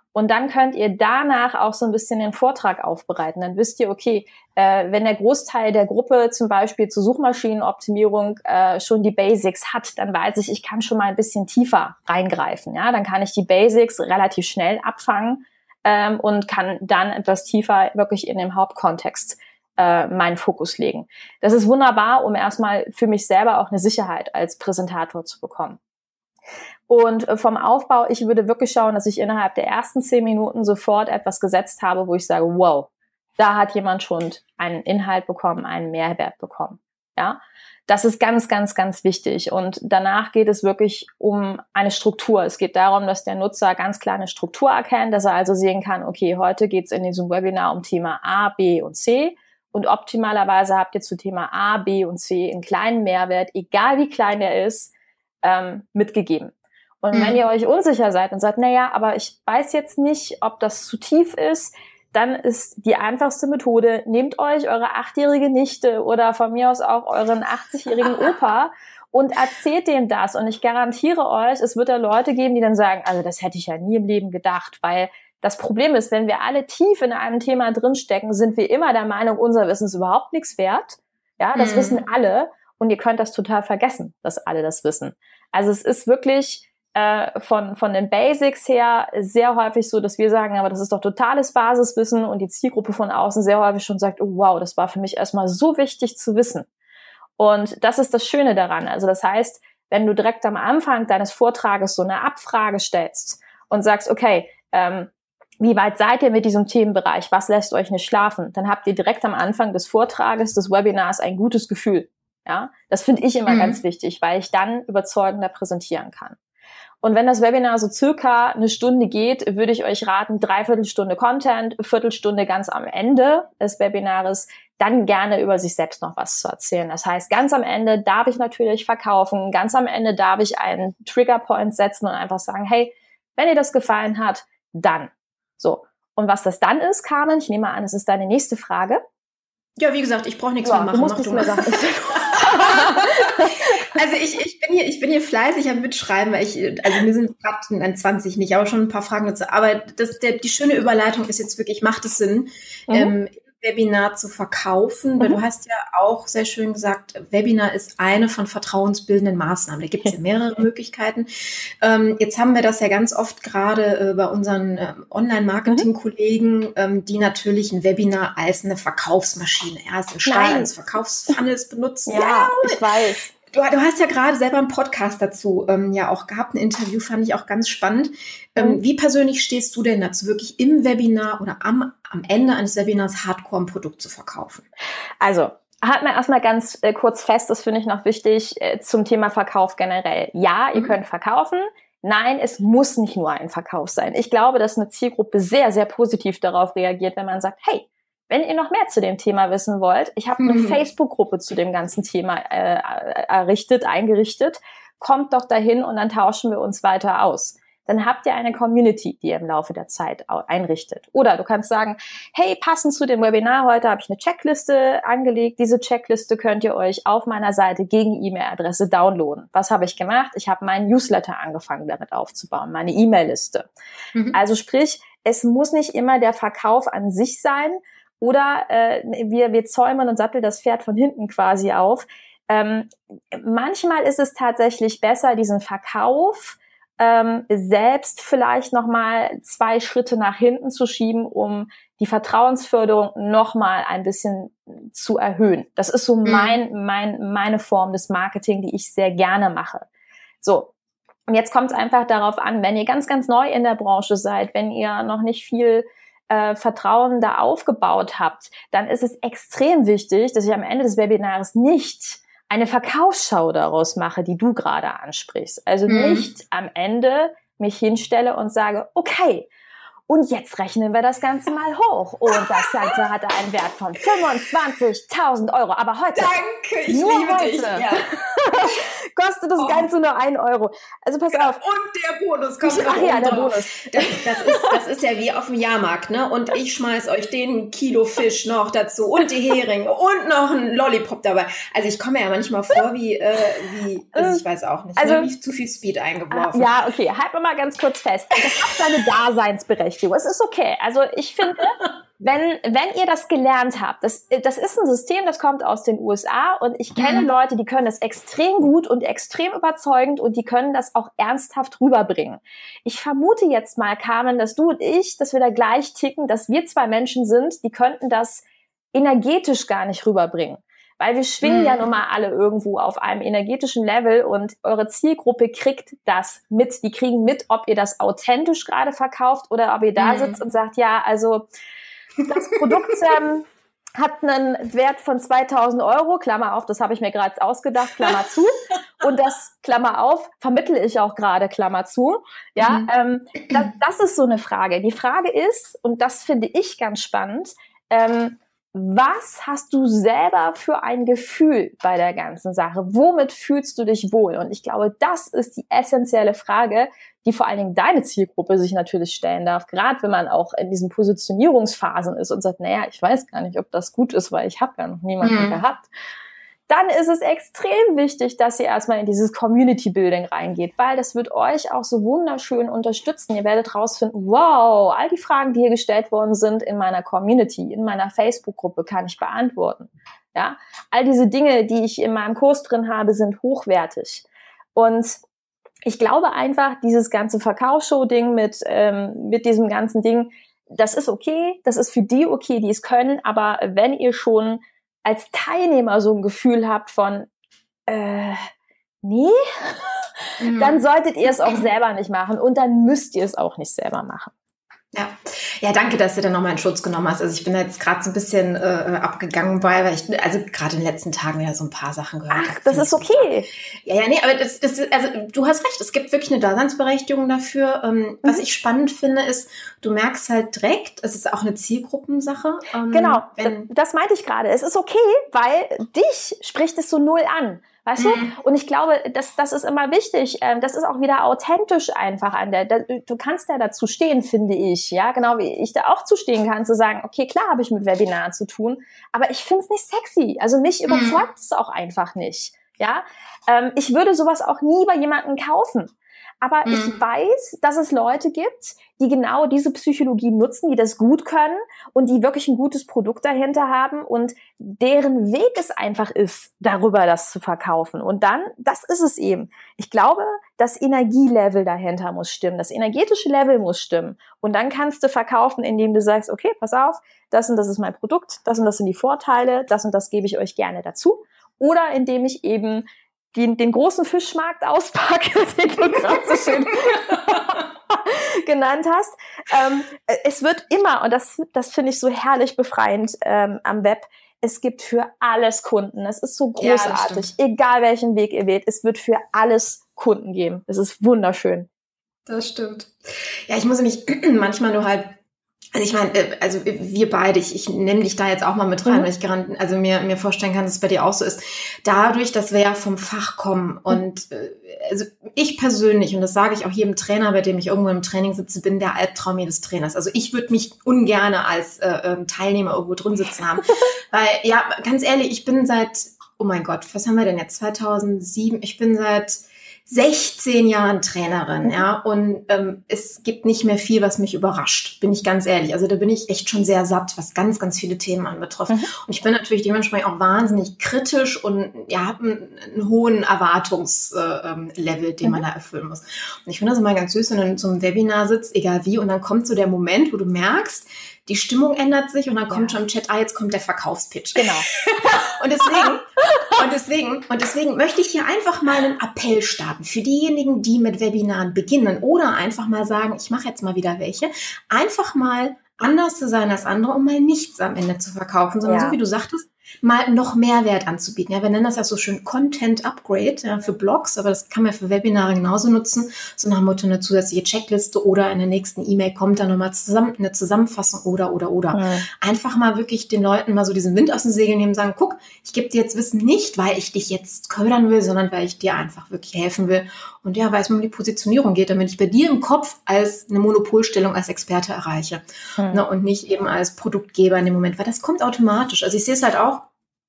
Und dann könnt ihr danach auch so ein bisschen den Vortrag aufbereiten. Dann wisst ihr, okay, wenn der Großteil der Gruppe zum Beispiel zur Suchmaschinenoptimierung schon die Basics hat, dann weiß ich, ich kann schon mal ein bisschen tiefer reingreifen. Ja, dann kann ich die Basics relativ schnell abfangen und kann dann etwas tiefer wirklich in dem Hauptkontext meinen Fokus legen. Das ist wunderbar, um erstmal für mich selber auch eine Sicherheit als Präsentator zu bekommen. Und vom Aufbau, ich würde wirklich schauen, dass ich innerhalb der ersten 10 Minuten sofort etwas gesetzt habe, wo ich sage, wow, da hat jemand schon einen Inhalt bekommen, einen Mehrwert bekommen. Ja, das ist ganz, ganz, ganz wichtig. Und danach geht es wirklich um eine Struktur. Es geht darum, dass der Nutzer ganz klar eine Struktur erkennt, dass er also sehen kann, okay, heute geht es in diesem Webinar um Thema A, B und C. Und optimalerweise habt ihr zu Thema A, B und C einen kleinen Mehrwert, egal wie klein der ist, mitgegeben. Und wenn ihr euch unsicher seid und sagt, naja, aber ich weiß jetzt nicht, ob das zu tief ist, dann ist die einfachste Methode, nehmt euch eure 8-jährige Nichte oder von mir aus auch euren 80-jährigen Opa und erzählt dem das. Und ich garantiere euch, es wird da Leute geben, die dann sagen, also das hätte ich ja nie im Leben gedacht, weil das Problem ist, wenn wir alle tief in einem Thema drinstecken, sind wir immer der Meinung, unser Wissen ist überhaupt nichts wert. Ja, das wissen alle und ihr könnt das total vergessen, dass alle das wissen. Also es ist wirklich von den Basics her sehr häufig so, dass wir sagen, aber das ist doch totales Basiswissen und die Zielgruppe von außen sehr häufig schon sagt, oh wow, das war für mich erstmal so wichtig zu wissen. Und das ist das Schöne daran. Also das heißt, wenn du direkt am Anfang deines Vortrages so eine Abfrage stellst und sagst, okay, wie weit seid ihr mit diesem Themenbereich? Was lässt euch nicht schlafen? Dann habt ihr direkt am Anfang des Vortrages, des Webinars ein gutes Gefühl. Ja, das finde ich immer ganz wichtig, weil ich dann überzeugender präsentieren kann. Und wenn das Webinar so circa eine Stunde geht, würde ich euch raten, 3/4 Stunde Content, Viertelstunde ganz am Ende des Webinars, dann gerne über sich selbst noch was zu erzählen. Das heißt, ganz am Ende darf ich natürlich verkaufen, ganz am Ende darf ich einen Triggerpoint setzen und einfach sagen, hey, wenn dir das gefallen hat, dann. So. Und was das dann ist, Carmen, ich nehme an, es ist deine nächste Frage. Ja, wie gesagt, ich brauche nichts mehr machen. Du musst nichts mehr sagen. Also ich bin hier fleißig am Mitschreiben, weil also mir sind gerade 20 nicht, aber schon ein paar Fragen dazu. Aber die schöne Überleitung ist jetzt wirklich, macht es Sinn, Webinar zu verkaufen? Weil du hast ja auch sehr schön gesagt, Webinar ist eine von vertrauensbildenden Maßnahmen. Da gibt es ja mehrere Möglichkeiten. Jetzt haben wir das ja ganz oft gerade bei unseren Online-Marketing-Kollegen, die natürlich ein Webinar als eine Verkaufsmaschine, als ein Stein eines Verkaufsfunnels benutzen. Ja, ich weiß. Du hast ja gerade selber einen Podcast dazu ja auch gehabt, ein Interview, fand ich auch ganz spannend. Wie persönlich stehst du denn dazu, wirklich im Webinar oder am Ende eines Webinars Hardcore ein Produkt zu verkaufen? Also, halt mal erstmal ganz kurz fest, das finde ich noch wichtig, zum Thema Verkauf generell. Ja, ihr könnt verkaufen. Nein, es muss nicht nur ein Verkauf sein. Ich glaube, dass eine Zielgruppe sehr, sehr positiv darauf reagiert, wenn man sagt, hey, wenn ihr noch mehr zu dem Thema wissen wollt, ich habe eine Facebook-Gruppe zu dem ganzen Thema eingerichtet, kommt doch dahin und dann tauschen wir uns weiter aus. Dann habt ihr eine Community, die ihr im Laufe der Zeit einrichtet. Oder du kannst sagen, hey, passend zu dem Webinar heute habe ich eine Checkliste angelegt. Diese Checkliste könnt ihr euch auf meiner Seite gegen E-Mail-Adresse downloaden. Was habe ich gemacht? Ich habe meinen Newsletter angefangen, damit aufzubauen, meine E-Mail-Liste. Also sprich, es muss nicht immer der Verkauf an sich sein, oder wir zäumen und satteln das Pferd von hinten quasi auf. Manchmal ist es tatsächlich besser, diesen Verkauf selbst vielleicht nochmal 2 Schritte nach hinten zu schieben, um die Vertrauensförderung nochmal ein bisschen zu erhöhen. Das ist so meine Form des Marketing, die ich sehr gerne mache. So. Und jetzt kommt es einfach darauf an, wenn ihr ganz, ganz neu in der Branche seid, wenn ihr noch nicht viel Vertrauen da aufgebaut habt, dann ist es extrem wichtig, dass ich am Ende des Webinars nicht eine Verkaufsschau daraus mache, die du gerade ansprichst. Also nicht am Ende mich hinstelle und sage, okay, und jetzt rechnen wir das Ganze mal hoch. Und das Ganze hatte einen Wert von 25.000 €. Aber heute, danke, ich nur liebe heute, dich. Ja. kostet das Ganze nur 1 €. Also pass auf. Und der Bonus kommt Ach ja, der Bonus. Das ist ja wie auf dem Jahrmarkt, ne? Und ich schmeiß euch den Kilo Fisch noch dazu und die Heringe und noch ein Lollipop dabei. Also ich komme ja manchmal vor wie also ich weiß auch nicht, also, wie zu viel Speed eingeworfen. Ja, okay, halt mal ganz kurz fest. Das hat seine Daseinsberechtigung. Gleichberechtigung. Es ist okay. Also ich finde, wenn ihr das gelernt habt, das ist ein System, das kommt aus den USA und ich kenne Leute, die können das extrem gut und extrem überzeugend und die können das auch ernsthaft rüberbringen. Ich vermute jetzt mal, Carmen, dass du und ich, dass wir da gleich ticken, dass wir zwei Menschen sind, die könnten das energetisch gar nicht rüberbringen. Weil wir schwingen ja nun mal alle irgendwo auf einem energetischen Level und eure Zielgruppe kriegt das mit. Die kriegen mit, ob ihr das authentisch gerade verkauft oder ob ihr da sitzt und sagt, ja, also das Produkt hat einen Wert von 2.000 €, Klammer auf, das habe ich mir gerade ausgedacht, Klammer zu. Und das, Klammer auf, vermittle ich auch gerade, Klammer zu. Ja, das ist so eine Frage. Die Frage ist, und das finde ich ganz spannend, was hast du selber für ein Gefühl bei der ganzen Sache? Womit fühlst du dich wohl? Und ich glaube, das ist die essentielle Frage, die vor allen Dingen deine Zielgruppe sich natürlich stellen darf. Gerade wenn man auch in diesen Positionierungsphasen ist und sagt, naja, ich weiß gar nicht, ob das gut ist, weil ich habe ja noch niemanden gehabt. Dann ist es extrem wichtig, dass ihr erstmal in dieses Community-Building reingeht, weil das wird euch auch so wunderschön unterstützen. Ihr werdet rausfinden, wow, all die Fragen, die hier gestellt worden sind in meiner Community, in meiner Facebook-Gruppe, kann ich beantworten. Ja, all diese Dinge, die ich in meinem Kurs drin habe, sind hochwertig. Und ich glaube einfach, dieses ganze Verkaufsshow-Ding mit diesem ganzen Ding, das ist okay, das ist für die okay, die es können, aber wenn ihr schon als Teilnehmer so ein Gefühl habt von, nee, dann solltet ihr es auch selber nicht machen und dann müsst ihr es auch nicht selber machen. Ja, danke, dass du da nochmal in Schutz genommen hast. Also ich bin da jetzt gerade so ein bisschen abgegangen bei, weil ich also gerade in den letzten Tagen ja so ein paar Sachen gehört habe. Ach, das ist okay. Ja, nee, aber das also du hast recht, es gibt wirklich eine Daseinsberechtigung dafür. Was ich spannend finde, ist, du merkst halt direkt, es ist auch eine Zielgruppensache. Genau, das meinte ich gerade. Es ist okay, weil dich spricht es so null an. Weißt du? Und ich glaube, das ist immer wichtig. Das ist auch wieder authentisch einfach du kannst ja dazu stehen, finde ich. Ja, genau wie ich da auch zu stehen kann, zu sagen, okay, klar habe ich mit Webinaren zu tun, aber ich finde es nicht sexy. Also mich überzeugt es auch einfach nicht. Ja, ich würde sowas auch nie bei jemandem kaufen. Aber ich weiß, dass es Leute gibt, die genau diese Psychologie nutzen, die das gut können und die wirklich ein gutes Produkt dahinter haben und deren Weg es einfach ist, darüber das zu verkaufen. Und dann, das ist es eben. Ich glaube, das Energielevel dahinter muss stimmen. Das energetische Level muss stimmen. Und dann kannst du verkaufen, indem du sagst, okay, pass auf, das und das ist mein Produkt, das und das sind die Vorteile, das und das gebe ich euch gerne dazu. Oder indem ich eben den großen Fischmarkt auspacke, den du gerade so schön genannt hast. Es wird immer, und das finde ich so herrlich befreiend am Web, es gibt für alles Kunden. Es ist so großartig, egal welchen Weg ihr wählt, es wird für alles Kunden geben. Es ist wunderschön. Das stimmt. Ja, ich muss nämlich manchmal nur halt, also ich meine, also wir beide, ich nehme dich da jetzt auch mal mit rein, weil ich mir vorstellen kann, dass es bei dir auch so ist. Dadurch, dass wir ja vom Fach kommen und also ich persönlich, und das sage ich auch jedem Trainer, bei dem ich irgendwo im Training sitze, bin der Albtraum jedes Trainers. Also ich würde mich ungerne als Teilnehmer irgendwo drin sitzen haben. Weil, ja, ganz ehrlich, ich bin oh mein Gott, was haben wir denn jetzt, 2007? Ich bin seit 16 Jahren Trainerin, ja, und es gibt nicht mehr viel, was mich überrascht, bin ich ganz ehrlich. Also da bin ich echt schon sehr satt, was ganz, ganz viele Themen anbetrifft. Und ich bin natürlich dementsprechend auch wahnsinnig kritisch und ja, habe einen hohen Erwartungslevel, den man da erfüllen muss. Und ich finde das immer ganz süß, wenn du in so einem Webinar sitzt, egal wie, und dann kommt so der Moment, wo du merkst, die Stimmung ändert sich und dann kommt schon im Chat, jetzt kommt der Verkaufspitch. Genau. Und deswegen möchte ich hier einfach mal einen Appell starten für diejenigen, die mit Webinaren beginnen oder einfach mal sagen, ich mache jetzt mal wieder welche, einfach mal anders zu sein als andere, um mal nichts am Ende zu verkaufen, sondern so wie du sagtest, mal noch Mehrwert anzubieten. Ja, wir nennen das ja so schön Content Upgrade, ja, für Blogs, aber das kann man für Webinare genauso nutzen. So nach dem Motto eine zusätzliche Checkliste oder in der nächsten E-Mail kommt dann nochmal eine Zusammenfassung oder. Einfach mal wirklich den Leuten mal so diesen Wind aus den Segeln nehmen und sagen, guck, ich gebe dir jetzt Wissen nicht, weil ich dich jetzt ködern will, sondern weil ich dir einfach wirklich helfen will. Und ja, weil es mir um die Positionierung geht, damit ich bei dir im Kopf als eine Monopolstellung als Experte erreiche. Ne, und nicht eben als Produktgeber in dem Moment, weil das kommt automatisch. Also ich sehe es halt auch,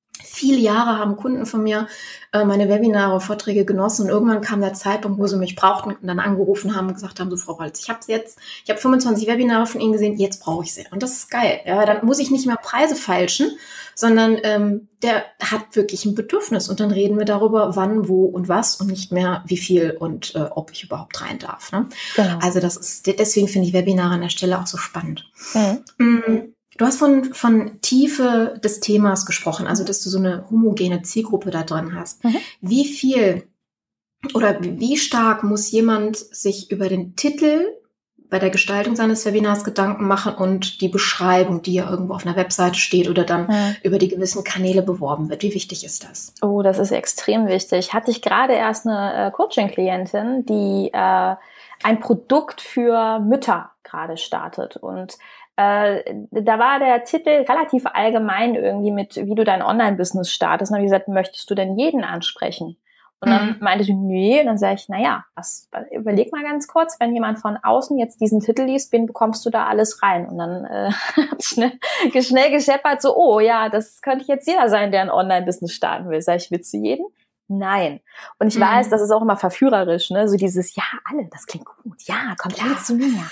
Viele Jahre haben Kunden von mir meine Webinare, Vorträge genossen und irgendwann kam der Zeitpunkt, wo sie mich brauchten und dann angerufen haben und gesagt haben, so Frau Rolz, ich habe 25 Webinare von Ihnen gesehen, jetzt brauche ich sie. Und das ist geil, ja, weil dann muss ich nicht mehr Preise feilschen, sondern der hat wirklich ein Bedürfnis und dann reden wir darüber, wann, wo und was und nicht mehr wie viel und ob ich überhaupt rein darf. Ne? Genau. Also deswegen finde ich Webinare an der Stelle auch so spannend. Mhm. Du hast von Tiefe des Themas gesprochen, also dass du so eine homogene Zielgruppe da drin hast. Mhm. Wie viel oder wie stark muss jemand sich über den Titel bei der Gestaltung seines Webinars Gedanken machen und die Beschreibung, die ja irgendwo auf einer Webseite steht oder dann über die gewissen Kanäle beworben wird? Wie wichtig ist das? Oh, das ist extrem wichtig. Hatte ich gerade erst eine Coaching-Klientin, die ein Produkt für Mütter gerade startet und da war der Titel relativ allgemein irgendwie mit, wie du dein Online-Business startest. Und dann habe ich gesagt, möchtest du denn jeden ansprechen? Und dann meinte sie, nee. Und dann sage ich, naja, überleg mal ganz kurz, wenn jemand von außen jetzt diesen Titel liest, wen bekommst du da alles rein? Und dann hat schnell gescheppert, so, oh ja, das könnte jetzt jeder sein, der ein Online-Business starten will. Sag ich, willst du jeden? Nein. Und ich weiß, das ist auch immer verführerisch, ne? So dieses, ja, alle, das klingt gut. Ja, kommt alle zu mir.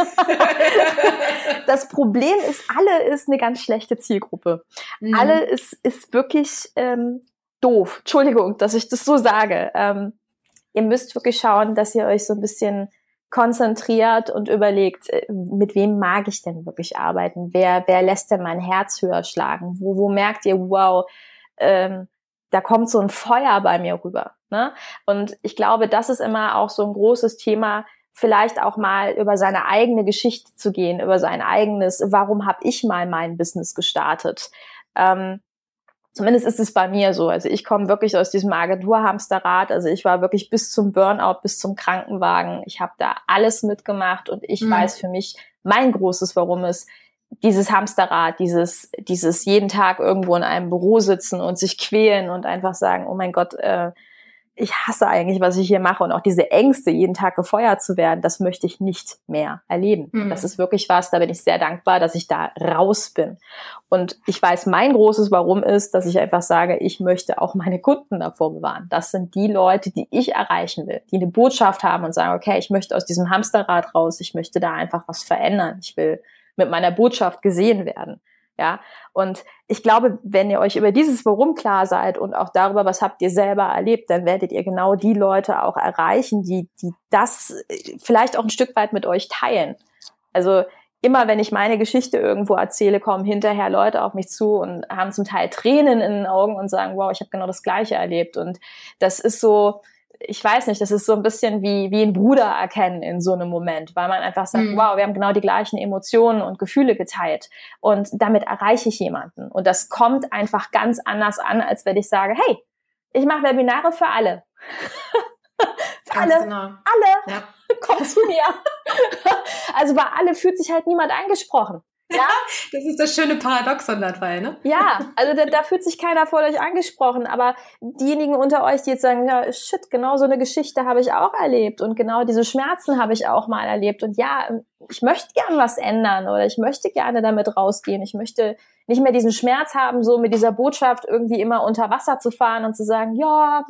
Das Problem ist, alle ist eine ganz schlechte Zielgruppe. Alle ist wirklich doof. Entschuldigung, dass ich das so sage. Ihr müsst wirklich schauen, dass ihr euch so ein bisschen konzentriert und überlegt, mit wem mag ich denn wirklich arbeiten? Wer lässt denn mein Herz höher schlagen? Wo merkt ihr, wow, da kommt so ein Feuer bei mir rüber, ne? Und ich glaube, das ist immer auch so ein großes Thema, vielleicht auch mal über seine eigene Geschichte zu gehen, über sein eigenes, warum habe ich mal mein Business gestartet? Zumindest ist es bei mir so. Also ich komme wirklich aus diesem Agenturhamsterrad. Also ich war wirklich bis zum Burnout, bis zum Krankenwagen. Ich habe da alles mitgemacht und ich weiß für mich, mein großes Warum ist, dieses Hamsterrad, dieses jeden Tag irgendwo in einem Büro sitzen und sich quälen und einfach sagen, oh mein Gott, ich hasse eigentlich, was ich hier mache, und auch diese Ängste, jeden Tag gefeuert zu werden, das möchte ich nicht mehr erleben. Das ist wirklich was, da bin ich sehr dankbar, dass ich da raus bin. Und ich weiß, mein großes Warum ist, dass ich einfach sage, ich möchte auch meine Kunden davor bewahren. Das sind die Leute, die ich erreichen will, die eine Botschaft haben und sagen, okay, ich möchte aus diesem Hamsterrad raus, ich möchte da einfach was verändern, ich will mit meiner Botschaft gesehen werden. Ja, und ich glaube, wenn ihr euch über dieses Warum klar seid und auch darüber, was habt ihr selber erlebt, dann werdet ihr genau die Leute auch erreichen, die das vielleicht auch ein Stück weit mit euch teilen. Also immer, wenn ich meine Geschichte irgendwo erzähle, kommen hinterher Leute auf mich zu und haben zum Teil Tränen in den Augen und sagen, wow, ich habe genau das Gleiche erlebt. Und das ist so, ich weiß nicht, das ist so ein bisschen wie ein Bruder erkennen in so einem Moment, weil man einfach sagt, wow, wir haben genau die gleichen Emotionen und Gefühle geteilt und damit erreiche ich jemanden. Und das kommt einfach ganz anders an, als wenn ich sage, hey, ich mache Webinare für alle. Für alle, genau. Alle, kommt zu mir. Also bei alle fühlt sich halt niemand angesprochen. Ja, das ist das schöne Paradoxon dabei, ne? Ja, also da fühlt sich keiner von euch angesprochen, aber diejenigen unter euch, die jetzt sagen, ja, shit, genau so eine Geschichte habe ich auch erlebt und genau diese Schmerzen habe ich auch mal erlebt und ja, ich möchte gern was ändern oder ich möchte gerne damit rausgehen, ich möchte nicht mehr diesen Schmerz haben, so mit dieser Botschaft irgendwie immer unter Wasser zu fahren und zu sagen, ja,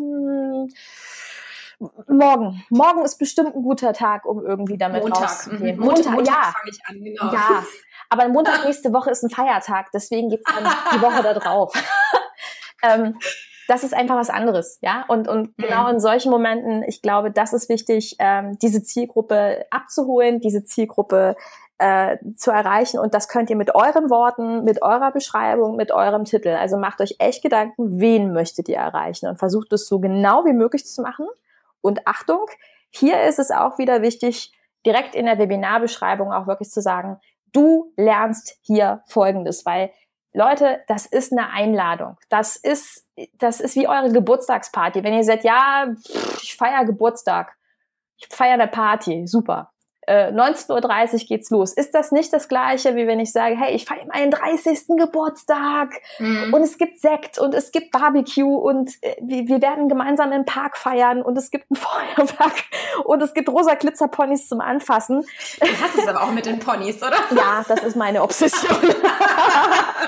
morgen ist bestimmt ein guter Tag, um irgendwie damit rauszugehen. Montag fange ich an, genau. Ja, aber Montag nächste Woche ist ein Feiertag, deswegen geht's dann die Woche da drauf. Das ist einfach was anderes, ja. Und genau in solchen Momenten, ich glaube, das ist wichtig, diese Zielgruppe abzuholen, diese Zielgruppe zu erreichen. Und das könnt ihr mit euren Worten, mit eurer Beschreibung, mit eurem Titel. Also macht euch echt Gedanken, wen möchtet ihr erreichen und versucht es so genau wie möglich zu machen. Und Achtung, hier ist es auch wieder wichtig, direkt in der Webinarbeschreibung auch wirklich zu sagen, du lernst hier Folgendes, weil Leute, das ist eine Einladung. Das ist wie eure Geburtstagsparty. Wenn ihr sagt, ja, ich feiere Geburtstag, ich feiere eine Party, super. 19:30 Uhr geht's los. Ist das nicht das Gleiche, wie wenn ich sage, hey, ich feiere meinen 30. Geburtstag und es gibt Sekt und es gibt Barbecue und wir werden gemeinsam im Park feiern und es gibt ein Feuerwerk und es gibt rosa Glitzerponys zum Anfassen. Du hast es aber auch mit den Ponys, oder? Ja, das ist meine Obsession.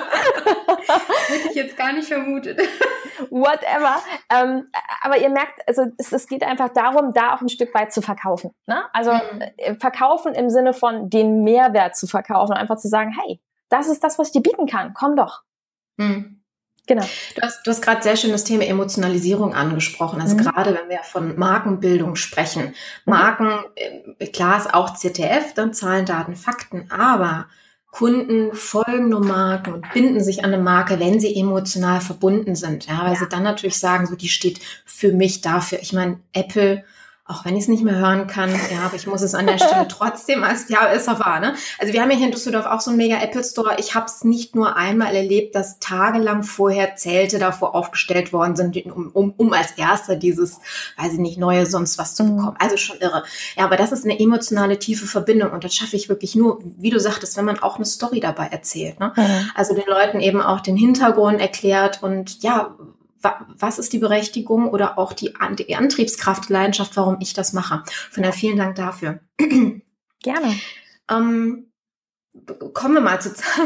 Hätte ich jetzt gar nicht vermutet. Whatever. Aber ihr merkt, also es geht einfach darum, da auch ein Stück weit zu verkaufen. Ne? Also verkaufen im Sinne von den Mehrwert zu verkaufen. Einfach zu sagen, hey, das ist das, was ich dir bieten kann. Komm doch. Genau. Du hast gerade sehr schön das Thema Emotionalisierung angesprochen. Also gerade wenn wir von Markenbildung sprechen. Marken, klar ist auch ZDF, dann Zahlen, Daten, Fakten, aber Kunden folgen nur Marken und binden sich an eine Marke, wenn sie emotional verbunden sind. Ja, weil sie dann natürlich sagen, so die steht für mich dafür. Ich meine, Apple, auch wenn ich es nicht mehr hören kann, ja, aber ich muss es an der Stelle trotzdem ist doch wahr, ne? Also wir haben ja hier in Düsseldorf auch so einen mega Apple Store. Ich habe es nicht nur einmal erlebt, dass tagelang vorher Zelte davor aufgestellt worden sind, um als erster dieses, weiß ich nicht, neue sonst was zu bekommen. Also schon irre. Ja, aber das ist eine emotionale, tiefe Verbindung und das schaffe ich wirklich nur, wie du sagtest, wenn man auch eine Story dabei erzählt, ne? Also den Leuten eben auch den Hintergrund erklärt und ja, was ist die Berechtigung oder auch die Antriebskraft, die Leidenschaft, warum ich das mache. Von daher vielen Dank dafür. Gerne. Kommen wir mal zu Zahlen.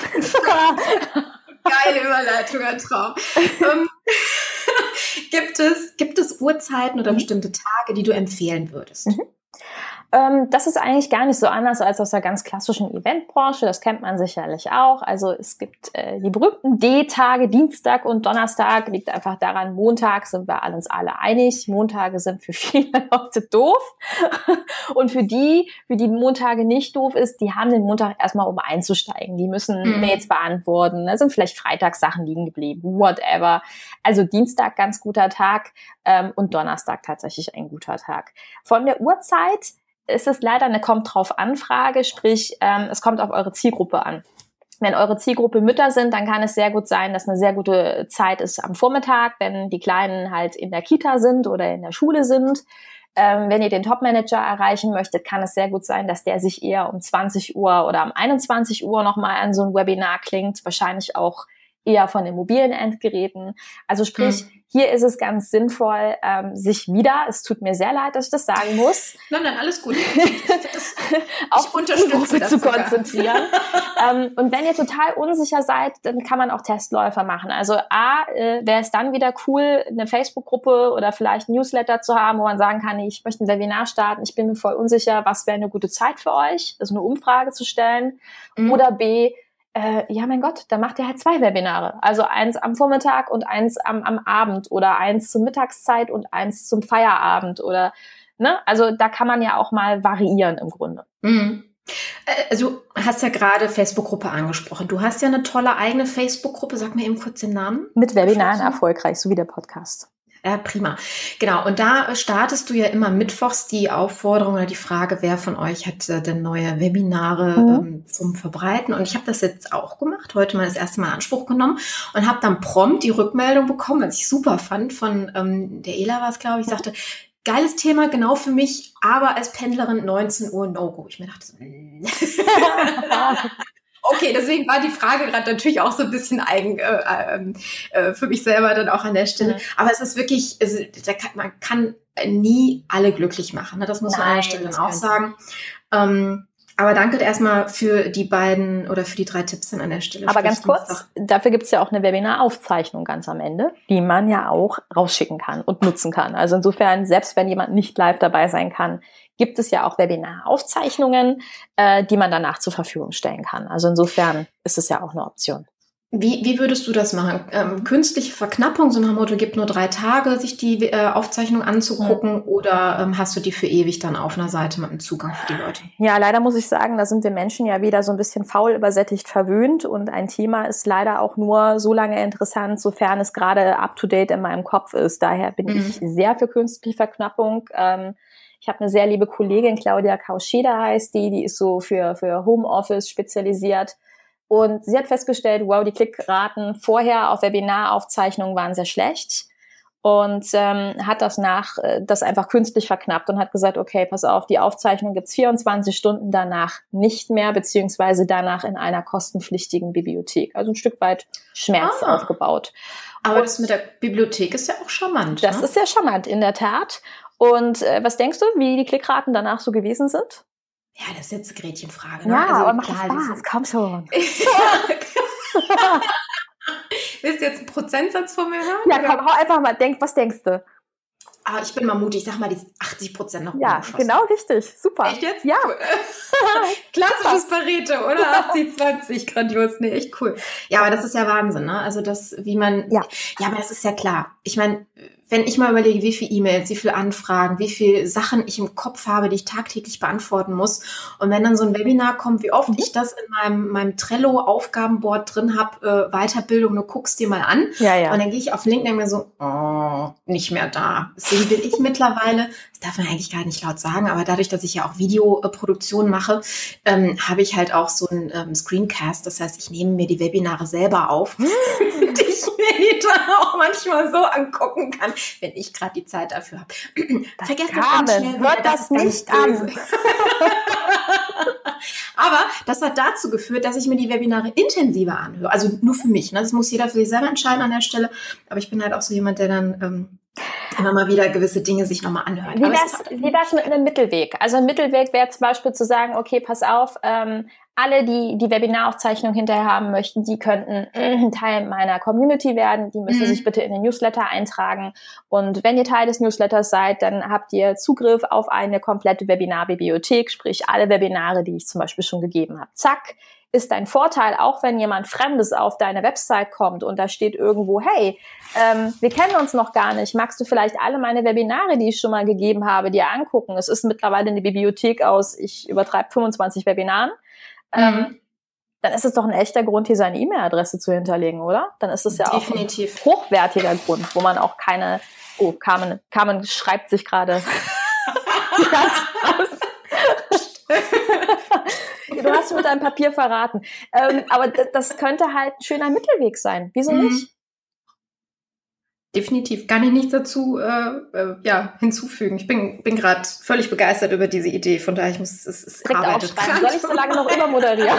Geile Überleitung, ein Traum. Gibt es Uhrzeiten oder bestimmte Tage, die du empfehlen würdest? Das ist eigentlich gar nicht so anders als aus der ganz klassischen Eventbranche. Das kennt man sicherlich auch. Also es gibt die berühmten D-Tage, Dienstag und Donnerstag. Liegt einfach daran, Montag sind wir uns alle einig. Montage sind für viele Leute doof. Und für die Montage nicht doof ist, die haben den Montag erstmal, um einzusteigen. Die müssen Mails beantworten. Da sind vielleicht Freitagssachen liegen geblieben, whatever. Also Dienstag ganz guter Tag und Donnerstag tatsächlich ein guter Tag. Von der Uhrzeit ist es leider eine Kommt-drauf-Anfrage, sprich, es kommt auf eure Zielgruppe an. Wenn eure Zielgruppe Mütter sind, dann kann es sehr gut sein, dass eine sehr gute Zeit ist am Vormittag, wenn die Kleinen halt in der Kita sind oder in der Schule sind. Wenn ihr den Top-Manager erreichen möchtet, kann es sehr gut sein, dass der sich eher um 20 Uhr oder um 21 Uhr nochmal an so ein Webinar klingt, wahrscheinlich auch eher von den mobilen Endgeräten. Also sprich, hier ist es ganz sinnvoll, sich wieder, es tut mir sehr leid, dass ich das sagen muss, Nein, alles gut. auf die Gruppe zu konzentrieren. Und wenn ihr total unsicher seid, dann kann man auch Testläufer machen. Also wäre es dann wieder cool, eine Facebook-Gruppe oder vielleicht ein Newsletter zu haben, wo man sagen kann, ich möchte ein Webinar starten, ich bin mir voll unsicher, was wäre eine gute Zeit für euch? Also eine Umfrage zu stellen. Oder B, ja, mein Gott, dann macht ihr halt 2 Webinare. Also eins am Vormittag und eins am Abend oder eins zur Mittagszeit und eins zum Feierabend oder, ne? Also da kann man ja auch mal variieren im Grunde. Also du hast ja gerade Facebook-Gruppe angesprochen. Du hast ja eine tolle eigene Facebook-Gruppe. Sag mir eben kurz den Namen. Mit Webinaren erfolgreich, so wie der Podcast. Ja, prima. Genau. Und da startest du ja immer mittwochs die Aufforderung oder die Frage, wer von euch hat denn neue Webinare zum Verbreiten. Und ich habe das jetzt auch gemacht, heute mal das erste Mal in Anspruch genommen und habe dann prompt die Rückmeldung bekommen, was ich super fand, von der Ela war es, glaube ich, sagte, geiles Thema, genau für mich, aber als Pendlerin 19 Uhr No-Go. Ich mir dachte so, okay, deswegen war die Frage gerade natürlich auch so ein bisschen eigen für mich selber dann auch an der Stelle. Aber es ist wirklich, also, man kann nie alle glücklich machen. Ne? Das muss man an der Stelle dann auch sagen. Aber danke erstmal für die beiden oder für die 3 Tipps dann an der Stelle. Aber ganz kurz, dafür gibt's ja auch eine Webinaraufzeichnung ganz am Ende, die man ja auch rausschicken kann und nutzen kann. Also insofern, selbst wenn jemand nicht live dabei sein kann, gibt es ja auch Webinaraufzeichnungen, die man danach zur Verfügung stellen kann. Also insofern ist es ja auch eine Option. Wie würdest du das machen? Künstliche Verknappung, so nach dem Motto, gibt nur 3 Tage, sich die Aufzeichnung anzugucken, oder hast du die für ewig dann auf einer Seite mit einem Zugang für die Leute? Ja, leider muss ich sagen, da sind wir Menschen ja wieder so ein bisschen faul übersättigt verwöhnt und ein Thema ist leider auch nur so lange interessant, sofern es gerade up-to-date in meinem Kopf ist. Daher bin ich sehr für künstliche Verknappung. Ich habe eine sehr liebe Kollegin, Claudia Kauscheda heißt die ist so für Homeoffice spezialisiert. Und sie hat festgestellt, wow, die Klickraten vorher auf Webinaraufzeichnungen waren sehr schlecht und hat das einfach künstlich verknappt und hat gesagt, okay, pass auf, die Aufzeichnung gibt's 24 Stunden danach nicht mehr, beziehungsweise danach in einer kostenpflichtigen Bibliothek. Also ein Stück weit Schmerz aufgebaut. Aber das mit der Bibliothek ist ja auch charmant. Das ist sehr charmant, in der Tat. Und was denkst du, wie die Klickraten danach so gewesen sind? Ja, das ist jetzt eine Gretchenfrage. Ne? Ja, also, aber macht Spaß, komm schon. Willst du jetzt einen Prozentsatz von mir hören? Ja, komm, hau einfach mal. Was denkst du? Aber ich bin mal mutig. Ich sag mal, die 80% noch Ja, genau richtig. Super. Echt jetzt? Ja. Cool. Klassisches Pareto, oder? 80-20. Grandios. Nee, echt cool. Ja, aber das ist ja Wahnsinn, ne? Also das, wie man... Ja, aber das ist ja klar. Ich meine, wenn ich mal überlege, wie viele E-Mails, wie viele Anfragen, wie viele Sachen ich im Kopf habe, die ich tagtäglich beantworten muss. Und wenn dann so ein Webinar kommt, wie oft ich das in meinem Trello-Aufgabenboard drin habe, Weiterbildung, du guckst dir mal an. Ja, ja. Und dann gehe ich auf LinkedIn und mir so, nicht mehr da. Deswegen bin ich mittlerweile, das darf man eigentlich gar nicht laut sagen, aber dadurch, dass ich ja auch Videoproduktion mache, habe ich halt auch so einen Screencast. Das heißt, ich nehme mir die Webinare selber auf, und ich mir die dann auch manchmal so angucken kann, wenn ich gerade die Zeit dafür habe. Vergesst das ganz schnell. Hört das nicht an. Aber das hat dazu geführt, dass ich mir die Webinare intensiver anhöre. Also nur für mich. Ne? Das muss jeder für sich selber entscheiden an der Stelle. Aber ich bin halt auch so jemand, der dann immer mal wieder gewisse Dinge sich nochmal anhört. Wie wär's mit einem Mittelweg? Also ein Mittelweg wäre zum Beispiel zu sagen, okay, pass auf, alle, die die Webinaraufzeichnung hinterher haben möchten, die könnten ein Teil meiner Community werden. Die müssen sich bitte in den Newsletter eintragen. Und wenn ihr Teil des Newsletters seid, dann habt ihr Zugriff auf eine komplette Webinarbibliothek, sprich alle Webinare, die ich zum Beispiel schon gegeben habe. Zack, ist dein Vorteil, auch wenn jemand Fremdes auf deine Website kommt und da steht irgendwo, hey, wir kennen uns noch gar nicht, magst du vielleicht alle meine Webinare, die ich schon mal gegeben habe, dir angucken? Es ist mittlerweile eine Bibliothek aus, ich übertreibe 25 Webinaren. Dann ist es doch ein echter Grund, hier seine E-Mail-Adresse zu hinterlegen, oder? Dann ist es ja definitiv auch ein hochwertiger Grund, wo man auch keine, Carmen schreibt sich gerade aus. Du hast mit deinem Papier verraten. Aber das könnte halt ein schöner Mittelweg sein. Wieso nicht? Definitiv. Kann ich nichts dazu hinzufügen. Ich bin gerade völlig begeistert über diese Idee. Von daher, es arbeitet. Soll ich so lange noch übermoderieren?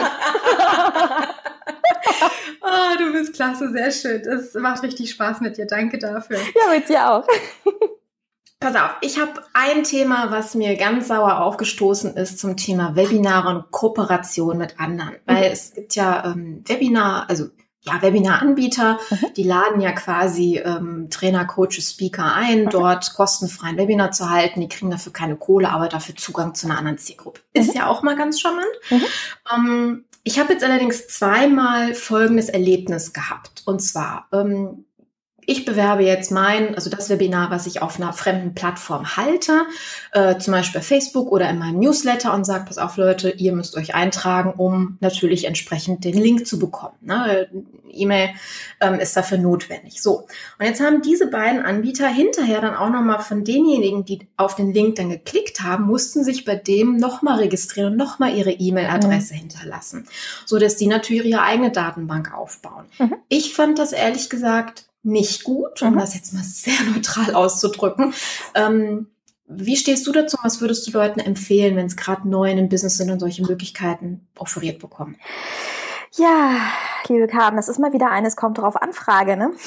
Du bist klasse, sehr schön. Es macht richtig Spaß mit dir. Danke dafür. Ja, mit dir auch. Pass auf, ich habe ein Thema, was mir ganz sauer aufgestoßen ist zum Thema Webinare und Kooperation mit anderen. Weil es gibt ja Webinaranbieter, die laden ja quasi Trainer, Coaches, Speaker ein, dort kostenfreien Webinar zu halten. Die kriegen dafür keine Kohle, aber dafür Zugang zu einer anderen Zielgruppe. Ist ja auch mal ganz charmant. Ich habe jetzt allerdings zweimal folgendes Erlebnis gehabt. Und zwar, ich bewerbe jetzt das Webinar, was ich auf einer fremden Plattform halte, zum Beispiel bei Facebook oder in meinem Newsletter und sage, pass auf Leute, ihr müsst euch eintragen, um natürlich entsprechend den Link zu bekommen. Ne? E-Mail ist dafür notwendig. So, und jetzt haben diese beiden Anbieter hinterher dann auch nochmal von denjenigen, die auf den Link dann geklickt haben, mussten sich bei dem nochmal registrieren und nochmal ihre E-Mail-Adresse hinterlassen, sodass die natürlich ihre eigene Datenbank aufbauen. Ich fand das ehrlich gesagt nicht gut, um das jetzt mal sehr neutral auszudrücken. Wie stehst du dazu? Was würdest du Leuten empfehlen, wenn es gerade neu in dem Business sind und solche Möglichkeiten offeriert bekommen? Ja, liebe Carmen, das ist mal wieder eine, es kommt drauf an, Frage, ne?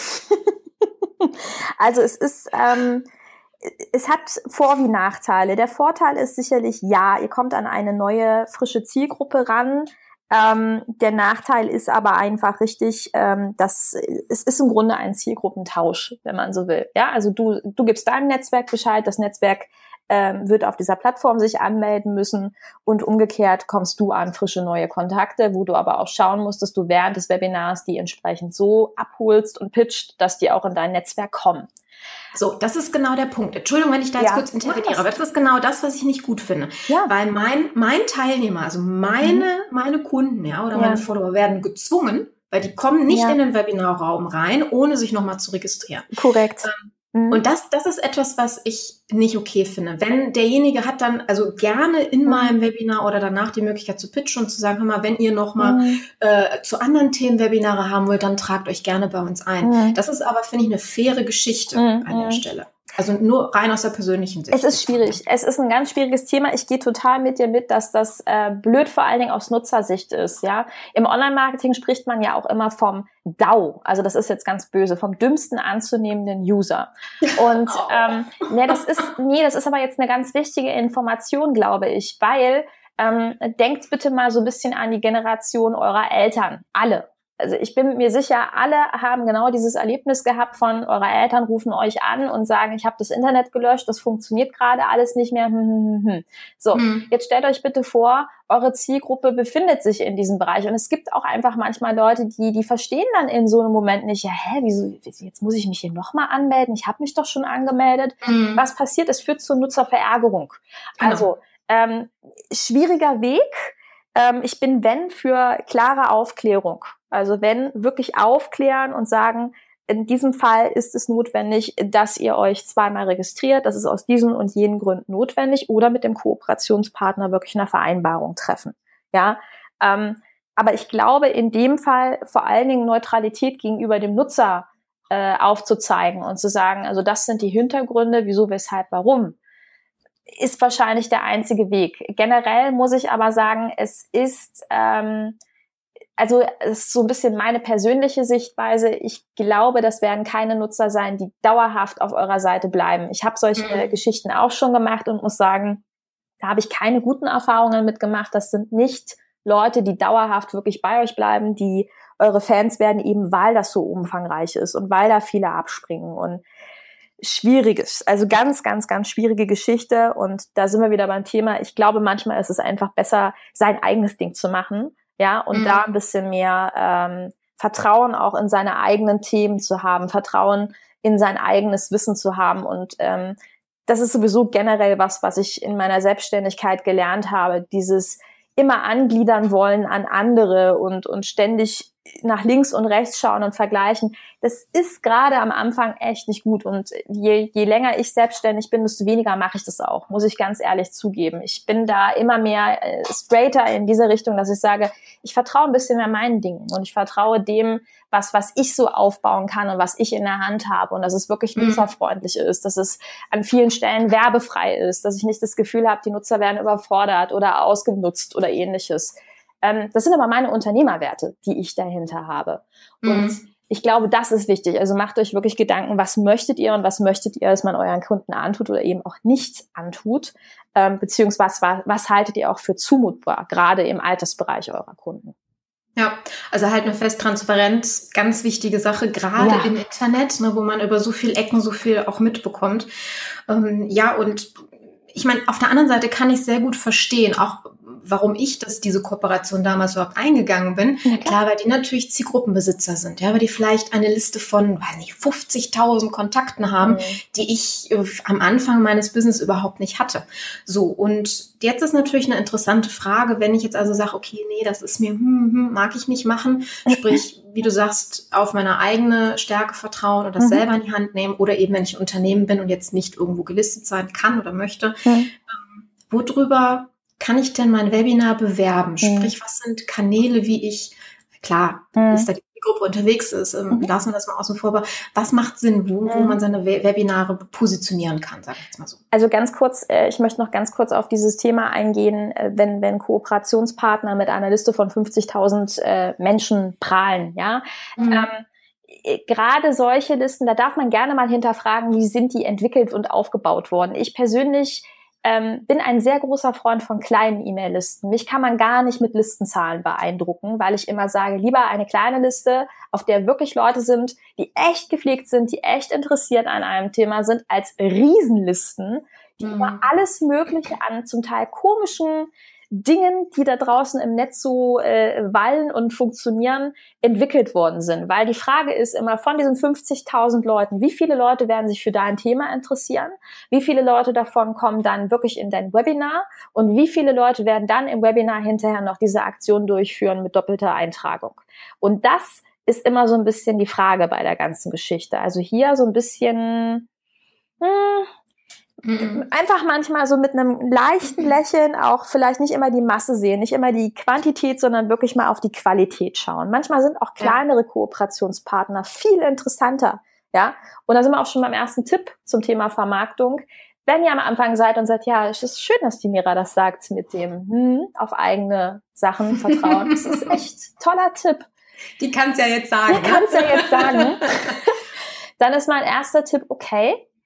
Also es hat Vor- wie Nachteile. Der Vorteil ist sicherlich, ja, ihr kommt an eine neue, frische Zielgruppe ran. Der Nachteil ist aber einfach richtig, dass es ist im Grunde ein Zielgruppentausch, wenn man so will. Ja, also du gibst deinem Netzwerk Bescheid, das Netzwerk wird auf dieser Plattform sich anmelden müssen und umgekehrt kommst du an frische neue Kontakte, wo du aber auch schauen musst, dass du während des Webinars die entsprechend so abholst und pitcht, dass die auch in dein Netzwerk kommen. So, das ist genau der Punkt. Entschuldigung, wenn ich da jetzt kurz interveniere, aber das ist genau das, was ich nicht gut finde. Ja. Weil mein Teilnehmer, also meine Kunden, oder meine Follower werden gezwungen, weil die kommen nicht in den Webinarraum rein, ohne sich nochmal zu registrieren. Korrekt. Und das ist etwas, was ich nicht okay finde. Wenn derjenige hat dann also gerne in meinem Webinar oder danach die Möglichkeit zu pitchen und zu sagen, hör mal, wenn ihr nochmal zu anderen Themen Webinare haben wollt, dann tragt euch gerne bei uns ein. Das ist aber, finde ich, eine faire Geschichte an der Stelle. Also nur rein aus der persönlichen Sicht. Es ist schwierig. Es ist ein ganz schwieriges Thema. Ich gehe total mit dir mit, dass das blöd vor allen Dingen aus Nutzersicht ist. Ja, im Online-Marketing spricht man ja auch immer vom DAU. Also das ist jetzt ganz böse, vom dümmsten anzunehmenden User. Und das ist aber jetzt eine ganz wichtige Information, glaube ich, weil denkt bitte mal so ein bisschen an die Generation eurer Eltern. Alle. also ich bin mir sicher, alle haben genau dieses Erlebnis gehabt von, eure Eltern rufen euch an und sagen, ich habe das Internet gelöscht, das funktioniert gerade alles nicht mehr. So, jetzt stellt euch bitte vor, eure Zielgruppe befindet sich in diesem Bereich und es gibt auch einfach manchmal Leute, die verstehen dann in so einem Moment nicht, ja, wieso, jetzt muss ich mich hier nochmal anmelden, ich habe mich doch schon angemeldet. Was passiert? Es führt zur Nutzerverärgerung. Genau. Also, schwieriger Weg. Ich bin, wenn, für klare Aufklärung. Also wenn, wirklich aufklären und sagen, in diesem Fall ist es notwendig, dass ihr euch zweimal registriert. Das ist aus diesen und jenen Gründen notwendig. Oder mit dem Kooperationspartner wirklich eine Vereinbarung treffen. Ja, aber ich glaube, in dem Fall vor allen Dingen Neutralität gegenüber dem Nutzer aufzuzeigen und zu sagen, also das sind die Hintergründe, wieso, weshalb, warum, ist wahrscheinlich der einzige Weg. Generell muss ich aber sagen, es ist so ein bisschen meine persönliche Sichtweise. Ich glaube, das werden keine Nutzer sein, die dauerhaft auf eurer Seite bleiben. Ich habe solche Geschichten auch schon gemacht und muss sagen, da habe ich keine guten Erfahrungen mitgemacht. Das sind nicht Leute, die dauerhaft wirklich bei euch bleiben, die eure Fans werden, eben weil das so umfangreich ist und weil da viele abspringen und Schwieriges, also ganz, ganz, ganz schwierige Geschichte und da sind wir wieder beim Thema. Ich glaube, manchmal ist es einfach besser, sein eigenes Ding zu machen, ja, und da ein bisschen mehr Vertrauen auch in seine eigenen Themen zu haben, Vertrauen in sein eigenes Wissen zu haben und das ist sowieso generell was ich in meiner Selbstständigkeit gelernt habe, dieses immer angliedern wollen an andere und ständig nach links und rechts schauen und vergleichen, das ist gerade am Anfang echt nicht gut und je länger ich selbstständig bin, desto weniger mache ich das auch, muss ich ganz ehrlich zugeben. Ich bin da immer mehr straighter in diese Richtung, dass ich sage, ich vertraue ein bisschen mehr meinen Dingen und ich vertraue dem, was ich so aufbauen kann und was ich in der Hand habe und dass es wirklich nutzerfreundlich ist, dass es an vielen Stellen werbefrei ist, dass ich nicht das Gefühl habe, die Nutzer werden überfordert oder ausgenutzt oder ähnliches. Das sind aber meine Unternehmerwerte, die ich dahinter habe. Und ich glaube, das ist wichtig. Also macht euch wirklich Gedanken, was möchtet ihr und was möchtet ihr, dass man euren Kunden antut oder eben auch nicht antut, beziehungsweise was haltet ihr auch für zumutbar, gerade im Altersbereich eurer Kunden. Ja, also halt eine fest Transparenz, ganz wichtige Sache, gerade im Internet, ne, wo man über so viel Ecken so viel auch mitbekommt. Ja, und ich meine, auf der anderen Seite kann ich sehr gut verstehen, auch warum ich diese Kooperation damals überhaupt eingegangen bin. Ja, klar, weil die natürlich Zielgruppenbesitzer sind, ja, weil die vielleicht eine Liste von, 50.000 Kontakten haben, die ich am Anfang meines Business überhaupt nicht hatte. So, und jetzt ist natürlich eine interessante Frage, wenn ich jetzt also sage, okay, nee, das ist mir, mag ich nicht machen, sprich, wie du sagst, auf meine eigene Stärke vertrauen und das selber in die Hand nehmen oder eben, wenn ich ein Unternehmen bin und jetzt nicht irgendwo gelistet sein kann oder möchte, worüber kann ich denn mein Webinar bewerben? Sprich, was sind Kanäle, wie ich, klar, ist da die Gruppe unterwegs ist, lassen wir das mal außen vor, aber was macht Sinn, wo man seine Webinare positionieren kann, sag ich jetzt mal so. Also ganz kurz, ich möchte noch ganz kurz auf dieses Thema eingehen, wenn Kooperationspartner mit einer Liste von 50.000 Menschen prahlen, ja. Gerade solche Listen, da darf man gerne mal hinterfragen, wie sind die entwickelt und aufgebaut worden. Ich persönlich bin ein sehr großer Freund von kleinen E-Mail-Listen. Mich kann man gar nicht mit Listenzahlen beeindrucken, weil ich immer sage, lieber eine kleine Liste, auf der wirklich Leute sind, die echt gepflegt sind, die echt interessiert an einem Thema sind, als Riesenlisten, die über alles Mögliche an zum Teil komischen Dingen, die da draußen im Netz so wallen und funktionieren, entwickelt worden sind. Weil die Frage ist immer, von diesen 50.000 Leuten, wie viele Leute werden sich für dein Thema interessieren? Wie viele Leute davon kommen dann wirklich in dein Webinar? Und wie viele Leute werden dann im Webinar hinterher noch diese Aktion durchführen mit doppelter Eintragung? Und das ist immer so ein bisschen die Frage bei der ganzen Geschichte. Also hier so ein bisschen einfach manchmal so mit einem leichten Lächeln auch vielleicht nicht immer die Masse sehen, nicht immer die Quantität, sondern wirklich mal auf die Qualität schauen. Manchmal sind auch kleinere Kooperationspartner viel interessanter, ja. Und da sind wir auch schon beim ersten Tipp zum Thema Vermarktung. Wenn ihr am Anfang seid und sagt, ja, es ist schön, dass die Mira das sagt mit dem auf eigene Sachen vertrauen. Das ist echt toller Tipp. Die kann's ja jetzt sagen. Dann ist mein erster Tipp, okay,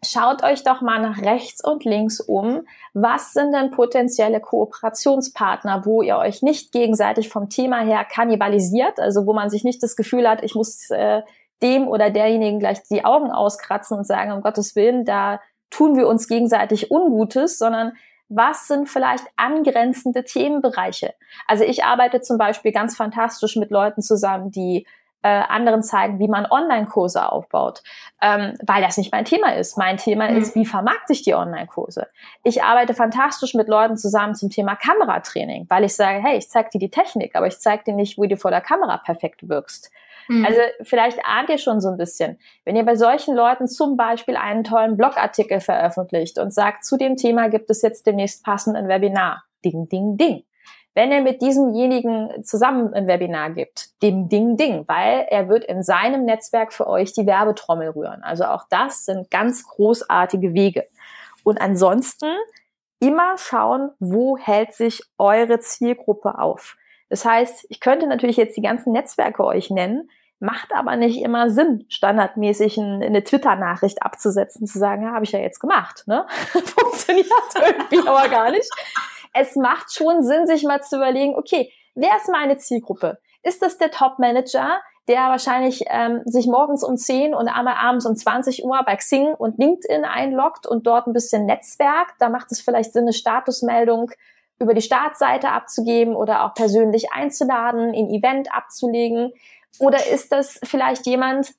schaut euch doch mal nach rechts und links um. Was sind denn potenzielle Kooperationspartner, wo ihr euch nicht gegenseitig vom Thema her kannibalisiert, also wo man sich nicht das Gefühl hat, ich muss dem oder derjenigen gleich die Augen auskratzen und sagen, um Gottes Willen, da tun wir uns gegenseitig Ungutes, sondern was sind vielleicht angrenzende Themenbereiche? Also ich arbeite zum Beispiel ganz fantastisch mit Leuten zusammen, die anderen zeigen, wie man Online-Kurse aufbaut, weil das nicht mein Thema ist. Mein Thema ist, wie vermarkte ich die Online-Kurse? Ich arbeite fantastisch mit Leuten zusammen zum Thema Kameratraining, weil ich sage, hey, ich zeige dir die Technik, aber ich zeige dir nicht, wie du vor der Kamera perfekt wirkst. Also vielleicht ahnt ihr schon so ein bisschen, wenn ihr bei solchen Leuten zum Beispiel einen tollen Blogartikel veröffentlicht und sagt, zu dem Thema gibt es jetzt demnächst passend ein Webinar. Ding, ding, ding. Wenn ihr mit diesemjenigen zusammen ein Webinar gibt, ding, ding, ding, weil er wird in seinem Netzwerk für euch die Werbetrommel rühren. Also auch das sind ganz großartige Wege. Und ansonsten immer schauen, wo hält sich eure Zielgruppe auf. Das heißt, ich könnte natürlich jetzt die ganzen Netzwerke euch nennen, macht aber nicht immer Sinn, standardmäßig eine Twitter-Nachricht abzusetzen, zu sagen, ja, habe ich ja jetzt gemacht. Ne? Funktioniert irgendwie aber gar nicht. Es macht schon Sinn, sich mal zu überlegen, okay, wer ist meine Zielgruppe? Ist das der Top-Manager, der wahrscheinlich sich morgens um 10 und einmal abends um 20 Uhr bei Xing und LinkedIn einloggt und dort ein bisschen Netzwerk? Da macht es vielleicht Sinn, eine Statusmeldung über die Startseite abzugeben oder auch persönlich einzuladen, ein Event abzulegen. Oder ist das vielleicht jemand,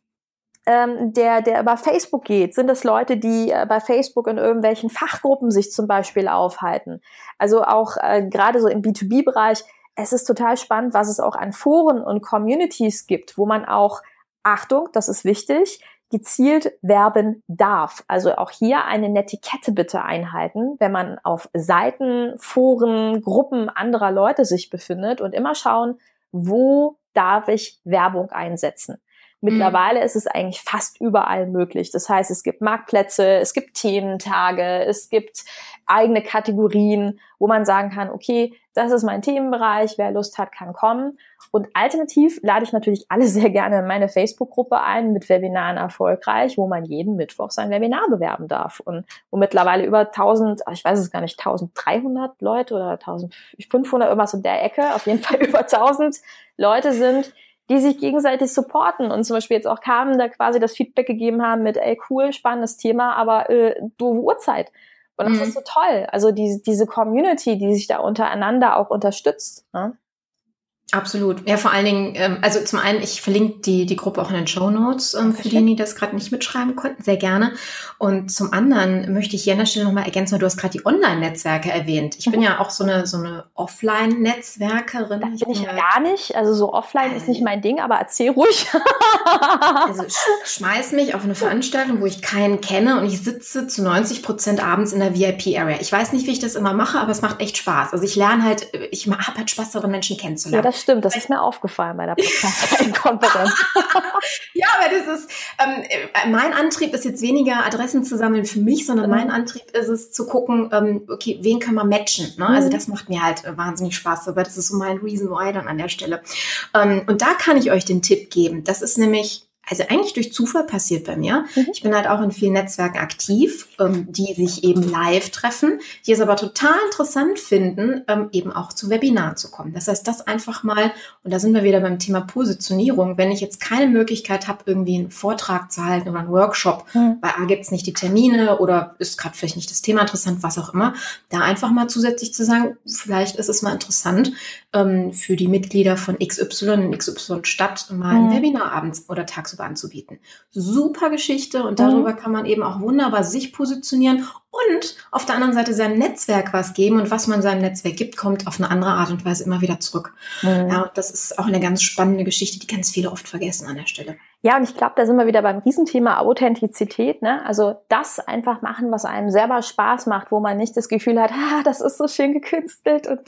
der über Facebook geht? Sind das Leute, die bei Facebook in irgendwelchen Fachgruppen sich zum Beispiel aufhalten? Also auch gerade so im B2B-Bereich, es ist total spannend, was es auch an Foren und Communities gibt, wo man auch, Achtung, das ist wichtig, gezielt werben darf. Also auch hier eine Netiquette bitte einhalten, wenn man auf Seiten, Foren, Gruppen anderer Leute sich befindet und immer schauen, wo darf ich Werbung einsetzen. Mittlerweile ist es eigentlich fast überall möglich. Das heißt, es gibt Marktplätze, es gibt Thementage, es gibt eigene Kategorien, wo man sagen kann, okay, das ist mein Themenbereich, wer Lust hat, kann kommen. Und alternativ lade ich natürlich alle sehr gerne in meine Facebook-Gruppe ein mit Webinaren erfolgreich, wo man jeden Mittwoch sein Webinar bewerben darf. Und wo mittlerweile über 1000, ich weiß es gar nicht, 1300 Leute oder 1500, irgendwas in der Ecke, auf jeden Fall über 1000 Leute sind, die sich gegenseitig supporten und zum Beispiel jetzt auch Carmen da quasi das Feedback gegeben haben mit, ey, cool, spannendes Thema, aber doofe Uhrzeit. Und das ist so toll. Also diese Community, die sich da untereinander auch unterstützt. Ne? Absolut. Ja, vor allen Dingen, also zum einen, ich verlinke die Gruppe auch in den Shownotes für die, die das gerade nicht mitschreiben konnten, sehr gerne. Und zum anderen möchte ich hier an der Stelle nochmal ergänzen, du hast gerade die Online-Netzwerke erwähnt. Ich bin ja auch so eine Offline-Netzwerkerin. Das bin ich gar nicht. Also so offline ist nicht mein Ding, aber erzähl ruhig. Also schmeiß mich auf eine Veranstaltung, wo ich keinen kenne und ich sitze zu 90% abends in der VIP-Area. Ich weiß nicht, wie ich das immer mache, aber es macht echt Spaß. Also ich lerne halt, ich habe halt Spaß daran, Menschen kennenzulernen. Ja, das stimmt, das ist mir aufgefallen bei der Podcast-Konferenz. Ja, aber das ist, mein Antrieb ist jetzt weniger Adressen zu sammeln für mich, sondern mein Antrieb ist es zu gucken, okay, wen können wir matchen? Ne? Also das macht mir halt wahnsinnig Spaß, aber das ist so mein Reason why dann an der Stelle. Und da kann ich euch den Tipp geben. Das ist nämlich, also eigentlich durch Zufall passiert bei mir. Ich bin halt auch in vielen Netzwerken aktiv, die sich eben live treffen, die es aber total interessant finden, eben auch zu Webinaren zu kommen. Das heißt, das einfach mal, und da sind wir wieder beim Thema Positionierung, wenn ich jetzt keine Möglichkeit habe, irgendwie einen Vortrag zu halten oder einen Workshop, weil A, gibt es nicht die Termine oder ist gerade vielleicht nicht das Thema interessant, was auch immer, da einfach mal zusätzlich zu sagen, vielleicht ist es mal interessant, für die Mitglieder von XY in XY Stadt mal ein Webinar abends oder tagsüber anzubieten. Super Geschichte und darüber kann man eben auch wunderbar sich positionieren und auf der anderen Seite seinem Netzwerk was geben und was man seinem Netzwerk gibt, kommt auf eine andere Art und Weise immer wieder zurück. Ja, das ist auch eine ganz spannende Geschichte, die ganz viele oft vergessen an der Stelle. Ja, und ich glaube, da sind wir wieder beim Riesenthema Authentizität, ne? Also das einfach machen, was einem selber Spaß macht, wo man nicht das Gefühl hat, das ist so schön gekünstelt und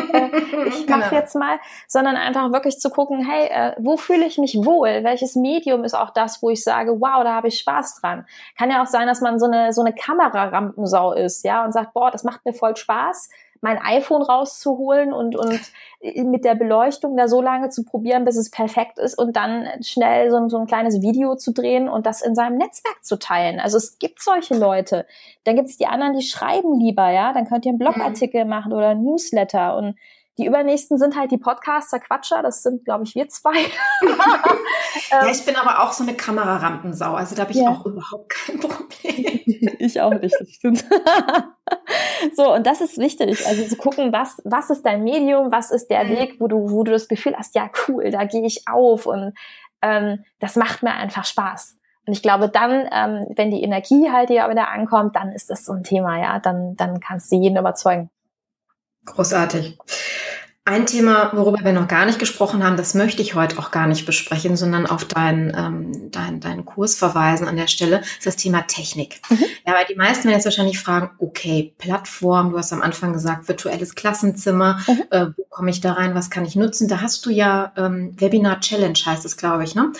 ich mache jetzt mal, sondern einfach wirklich zu gucken, hey, wo fühle ich mich wohl? Welches Medium ist auch das, wo ich sage, wow, da habe ich Spaß dran? Kann ja auch sein, dass man so eine Kamerarampensau ist, ja, und sagt, boah, das macht mir voll Spaß, mein iPhone rauszuholen und mit der Beleuchtung da so lange zu probieren, bis es perfekt ist und dann schnell so ein kleines Video zu drehen und das in seinem Netzwerk zu teilen. Also es gibt solche Leute. Dann gibt es die anderen, die schreiben lieber, ja. Dann könnt ihr einen Blogartikel machen oder ein Newsletter. Und die übernächsten sind halt die Podcaster-Quatscher. Das sind, glaube ich, wir zwei. Ja, ich bin aber auch so eine Kamerarampensau. Also da habe ich auch überhaupt kein Problem. Ich auch nicht, das stimmt. So, und das ist wichtig. Also zu gucken, was ist dein Medium, was ist der Weg, wo du das Gefühl hast, ja cool, da gehe ich auf und das macht mir einfach Spaß. Und ich glaube dann, wenn die Energie halt hier wieder ankommt, dann ist das so ein Thema, ja, dann kannst du jeden überzeugen. Großartig. Ein Thema, worüber wir noch gar nicht gesprochen haben, das möchte ich heute auch gar nicht besprechen, sondern auf deinen Kurs verweisen an der Stelle, ist das Thema Technik. Ja, weil die meisten werden jetzt wahrscheinlich fragen, okay, Plattform, du hast am Anfang gesagt, virtuelles Klassenzimmer, wo komme ich da rein, was kann ich nutzen? Da hast du ja Webinar Challenge, heißt es, glaube ich, ne?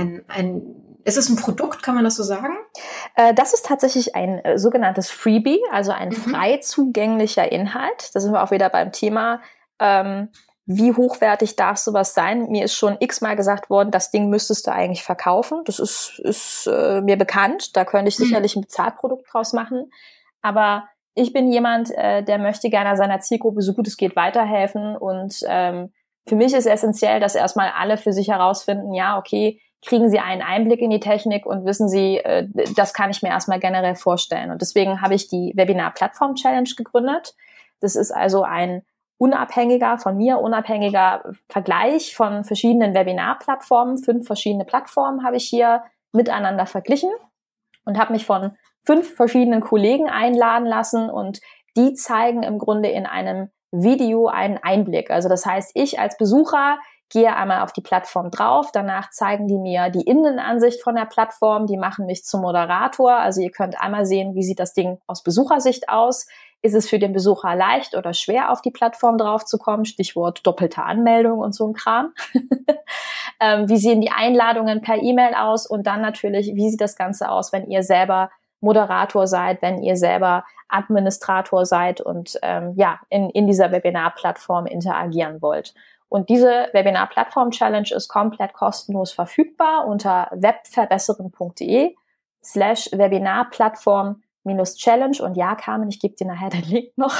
Ist es ein Produkt, kann man das so sagen? Das ist tatsächlich ein sogenanntes Freebie, also ein frei zugänglicher Inhalt. Da sind wir auch wieder beim Thema, wie hochwertig darf sowas sein? Mir ist schon x-mal gesagt worden, das Ding müsstest du eigentlich verkaufen. Das ist mir bekannt. Da könnte ich sicherlich ein Bezahlprodukt draus machen. Aber ich bin jemand, der möchte gerne seiner Zielgruppe so gut es geht weiterhelfen. Und für mich ist essentiell, dass erstmal alle für sich herausfinden, ja, okay, kriegen Sie einen Einblick in die Technik und wissen Sie, das kann ich mir erstmal generell vorstellen. Und deswegen habe ich die Webinar Plattform Challenge gegründet. Das ist also ein von mir unabhängiger Vergleich von verschiedenen Webinar-Plattformen. 5 verschiedene Plattformen habe ich hier miteinander verglichen und habe mich von 5 verschiedenen Kollegen einladen lassen und die zeigen im Grunde in einem Video einen Einblick. Also das heißt, ich als Besucher gehe einmal auf die Plattform drauf, danach zeigen die mir die Innenansicht von der Plattform, die machen mich zum Moderator, also ihr könnt einmal sehen, wie sieht das Ding aus Besuchersicht aus, ist es für den Besucher leicht oder schwer, auf die Plattform draufzukommen, Stichwort doppelte Anmeldung und so ein Kram. Wie sehen die Einladungen per E-Mail aus und dann natürlich, wie sieht das Ganze aus, wenn ihr selber Moderator seid, wenn ihr selber Administrator seid und in dieser Webinar-Plattform interagieren wollt. Und diese Webinar-Plattform-Challenge ist komplett kostenlos verfügbar unter webverbesserung.de/Webinar-Plattform-Challenge. Und ja, Carmen, ich gebe dir nachher den Link noch.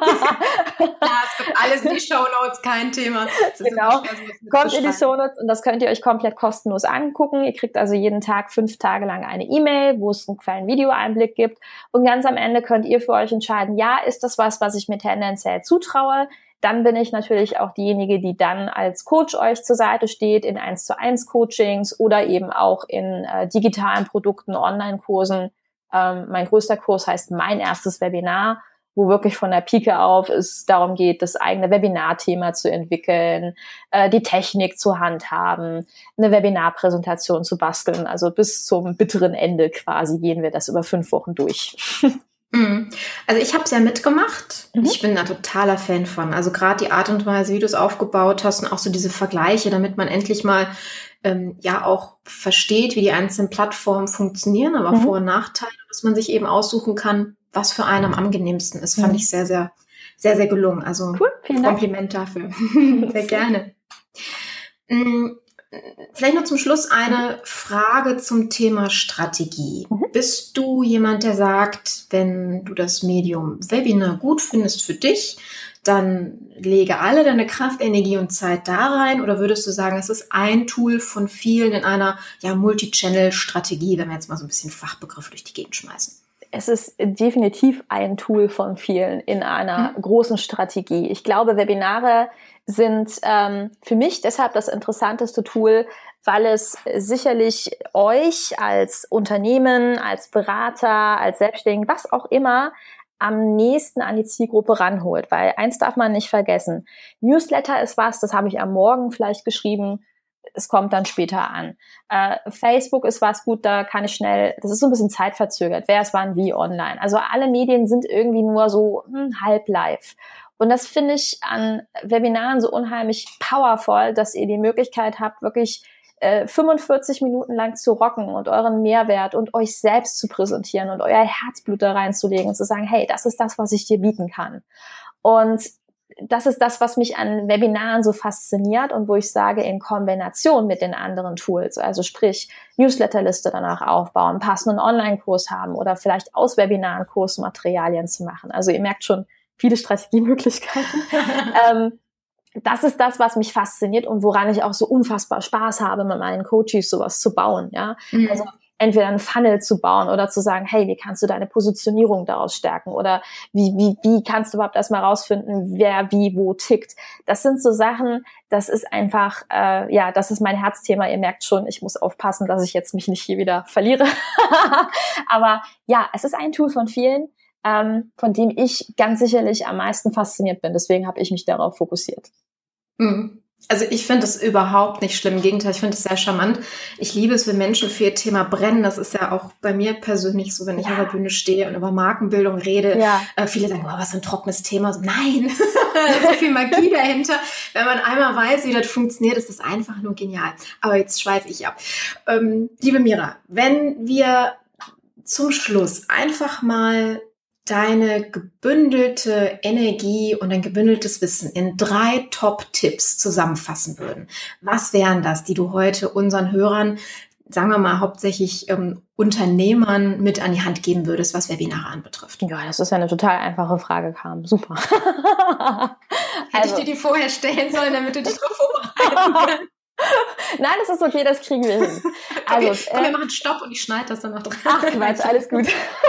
Ja, es gibt alles in die Shownotes, kein Thema. Genau, kommt in die Shownotes und das könnt ihr euch komplett kostenlos angucken. Ihr kriegt also jeden Tag 5 Tage lang eine E-Mail, wo es einen kleinen Videoeinblick gibt. Und ganz am Ende könnt ihr für euch entscheiden, ja, ist das was ich mir tendenziell zutraue? Dann bin ich natürlich auch diejenige, die dann als Coach euch zur Seite steht in 1:1 Coachings oder eben auch in digitalen Produkten, Online-Kursen. Mein größter Kurs heißt Mein erstes Webinar, wo wirklich von der Pike auf es darum geht, das eigene Webinarthema zu entwickeln, die Technik zur handhaben, eine Webinarpräsentation zu basteln. Also bis zum bitteren Ende quasi gehen wir das über 5 Wochen durch. Also ich habe es ja mitgemacht. Ich bin da totaler Fan von. Also gerade die Art und Weise, wie du es aufgebaut hast und auch so diese Vergleiche, damit man endlich mal auch versteht, wie die einzelnen Plattformen funktionieren, aber Vor- und Nachteile, dass man sich eben aussuchen kann, was für einen am angenehmsten ist, fand ich sehr, sehr, sehr, sehr gelungen. Also cool, Kompliment dafür. Sehr gerne. Vielleicht noch zum Schluss eine Frage zum Thema Strategie. Bist du jemand, der sagt, wenn du das Medium Webinar gut findest für dich, dann lege alle deine Kraft, Energie und Zeit da rein? Oder würdest du sagen, es ist ein Tool von vielen in einer Multi-Channel-Strategie, wenn wir jetzt mal so ein bisschen Fachbegriff durch die Gegend schmeißen? Es ist definitiv ein Tool von vielen in einer großen Strategie. Ich glaube, Webinare sind für mich deshalb das interessanteste Tool, weil es sicherlich euch als Unternehmen, als Berater, als Selbstständigen, was auch immer, am nächsten an die Zielgruppe ranholt. Weil eins darf man nicht vergessen. Newsletter ist was, das habe ich am Morgen vielleicht geschrieben, es kommt dann später an. Facebook ist was, gut, da kann ich schnell, das ist so ein bisschen zeitverzögert, wer es wann wie online. Also alle Medien sind irgendwie nur so halb live. Und das finde ich an Webinaren so unheimlich powerful, dass ihr die Möglichkeit habt, wirklich 45 Minuten lang zu rocken und euren Mehrwert und euch selbst zu präsentieren und euer Herzblut da reinzulegen und zu sagen, hey, das ist das, was ich dir bieten kann. Und das ist das, was mich an Webinaren so fasziniert und wo ich sage, in Kombination mit den anderen Tools, also sprich Newsletterliste danach aufbauen, passenden Online-Kurs haben oder vielleicht aus Webinaren Kursmaterialien zu machen. Also ihr merkt schon viele Strategiemöglichkeiten. Das ist das, was mich fasziniert und woran ich auch so unfassbar Spaß habe, mit meinen Coaches sowas zu bauen. Ja, also entweder einen Funnel zu bauen oder zu sagen, hey, wie kannst du deine Positionierung daraus stärken oder wie kannst du überhaupt erstmal rausfinden, wer wie wo tickt. Das sind so Sachen, das ist einfach, das ist mein Herzthema. Ihr merkt schon, ich muss aufpassen, dass ich jetzt mich nicht hier wieder verliere. Aber ja, es ist ein Tool von vielen, von dem ich ganz sicherlich am meisten fasziniert bin. Deswegen habe ich mich darauf fokussiert. Also ich finde es überhaupt nicht schlimm. Im Gegenteil, ich finde es sehr charmant. Ich liebe es, wenn Menschen für ihr Thema brennen. Das ist ja auch bei mir persönlich so, wenn ich auf der Bühne stehe und über Markenbildung rede. Ja. Viele sagen, oh, was für ein trockenes Thema. So, nein, da ist so viel Magie dahinter. Wenn man einmal weiß, wie das funktioniert, ist das einfach nur genial. Aber jetzt schweife ich ab. Liebe Mira, wenn wir zum Schluss einfach mal deine gebündelte Energie und dein gebündeltes Wissen in 3 Top-Tipps zusammenfassen würden. Was wären das, die du heute unseren Hörern, sagen wir mal hauptsächlich Unternehmern mit an die Hand geben würdest, was Webinare anbetrifft? Ja, das ist ja eine total einfache Frage, Carmen. Super. Hätte ich dir die vorher stellen sollen, damit du dich darauf vorbereiten kannst? Nein, das ist okay, das kriegen wir hin. Also, okay, wir machen Stopp und ich schneide das dann noch dran. Ach Quatsch, alles gut.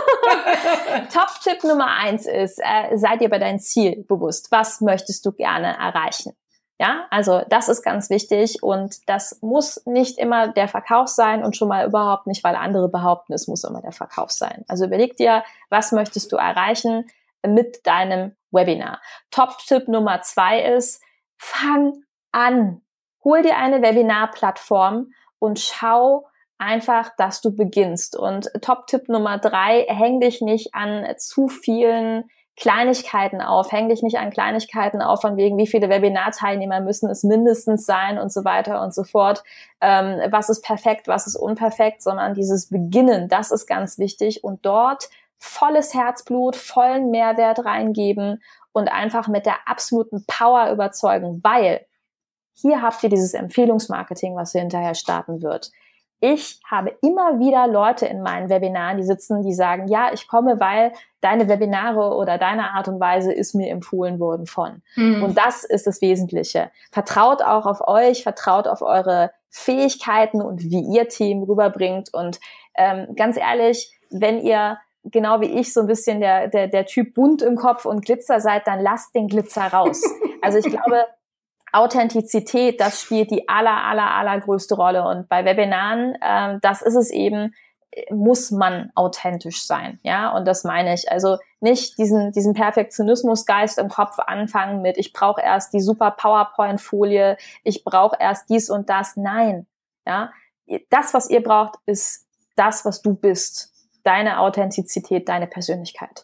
Top-Tipp Nummer 1 ist, sei dir bei deinem Ziel bewusst. Was möchtest du gerne erreichen? Ja, also das ist ganz wichtig und das muss nicht immer der Verkauf sein und schon mal überhaupt nicht, weil andere behaupten, es muss immer der Verkauf sein. Also überleg dir, was möchtest du erreichen mit deinem Webinar? Top-Tipp Nummer 2 ist, fang an. Hol dir eine Webinarplattform und schau einfach, dass du beginnst. Und Top-Tipp Nummer 3, häng dich nicht an zu vielen Kleinigkeiten auf. Häng dich nicht an Kleinigkeiten auf, von wegen, wie viele Webinarteilnehmer müssen es mindestens sein und so weiter und so fort. Was ist perfekt, was ist unperfekt, sondern dieses Beginnen, das ist ganz wichtig. Und dort volles Herzblut, vollen Mehrwert reingeben und einfach mit der absoluten Power überzeugen, weil hier habt ihr dieses Empfehlungsmarketing, was hier hinterher starten wird. Ich habe immer wieder Leute in meinen Webinaren, die sitzen, die sagen, ja, ich komme, weil deine Webinare oder deine Art und Weise ist mir empfohlen worden von. Und das ist das Wesentliche. Vertraut auch auf euch, vertraut auf eure Fähigkeiten und wie ihr Themen rüberbringt. Und ganz ehrlich, wenn ihr genau wie ich so ein bisschen der Typ bunt im Kopf und Glitzer seid, dann lasst den Glitzer raus. Also ich glaube, Authentizität, das spielt die allergrößte Rolle. Und bei Webinaren, das ist es eben, muss man authentisch sein. Ja, und das meine ich. Also nicht diesen Perfektionismusgeist im Kopf anfangen mit, ich brauche erst die super PowerPoint-Folie, ich brauche erst dies und das. Nein. Ja, das, was ihr braucht, ist das, was du bist. Deine Authentizität, deine Persönlichkeit.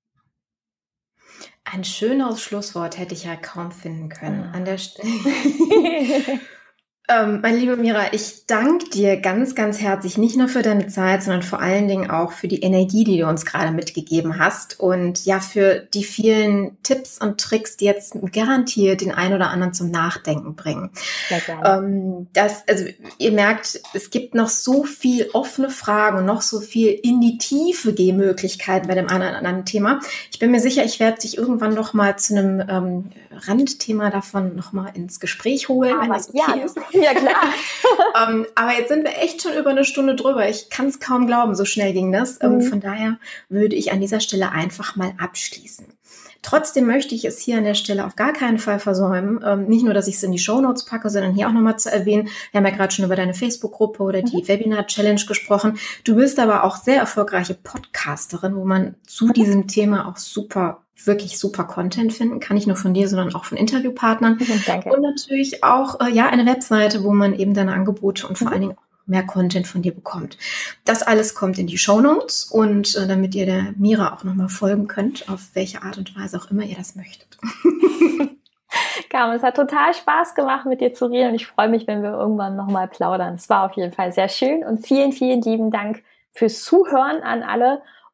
Ein schöneres Schlusswort hätte ich ja kaum finden können an der Stelle. Meine liebe Mira, ich danke dir ganz, ganz herzlich, nicht nur für deine Zeit, sondern vor allen Dingen auch für die Energie, die du uns gerade mitgegeben hast und ja, für die vielen Tipps und Tricks, die jetzt garantiert den einen oder anderen zum Nachdenken bringen. Sehr gerne. Also ihr merkt, es gibt noch so viel offene Fragen und noch so viel in die Tiefe Gehmöglichkeiten bei dem einen oder anderen Thema. Ich bin mir sicher, ich werde dich irgendwann noch mal zu einem Randthema davon noch mal ins Gespräch holen, wenn das okay ist. Ja, klar. Aber jetzt sind wir echt schon über eine Stunde drüber. Ich kann es kaum glauben, so schnell ging das. Von daher würde ich an dieser Stelle einfach mal abschließen. Trotzdem möchte ich es hier an der Stelle auf gar keinen Fall versäumen. Nicht nur, dass ich es in die Shownotes packe, sondern hier auch nochmal zu erwähnen. Wir haben ja gerade schon über deine Facebook-Gruppe oder die Webinar-Challenge gesprochen. Du bist aber auch sehr erfolgreiche Podcasterin, wo man zu diesem Thema auch wirklich super Content finden kann, nicht nur von dir, sondern auch von Interviewpartnern. Danke. Und natürlich auch eine Webseite, wo man eben deine Angebote und vor allen Dingen auch mehr Content von dir bekommt. Das alles kommt in die Shownotes und damit ihr der Mira auch nochmal folgen könnt, auf welche Art und Weise auch immer ihr das möchtet. Carmen, es hat total Spaß gemacht, mit dir zu reden und ich freue mich, wenn wir irgendwann nochmal plaudern. Es war auf jeden Fall sehr schön und vielen, vielen lieben Dank fürs Zuhören an alle.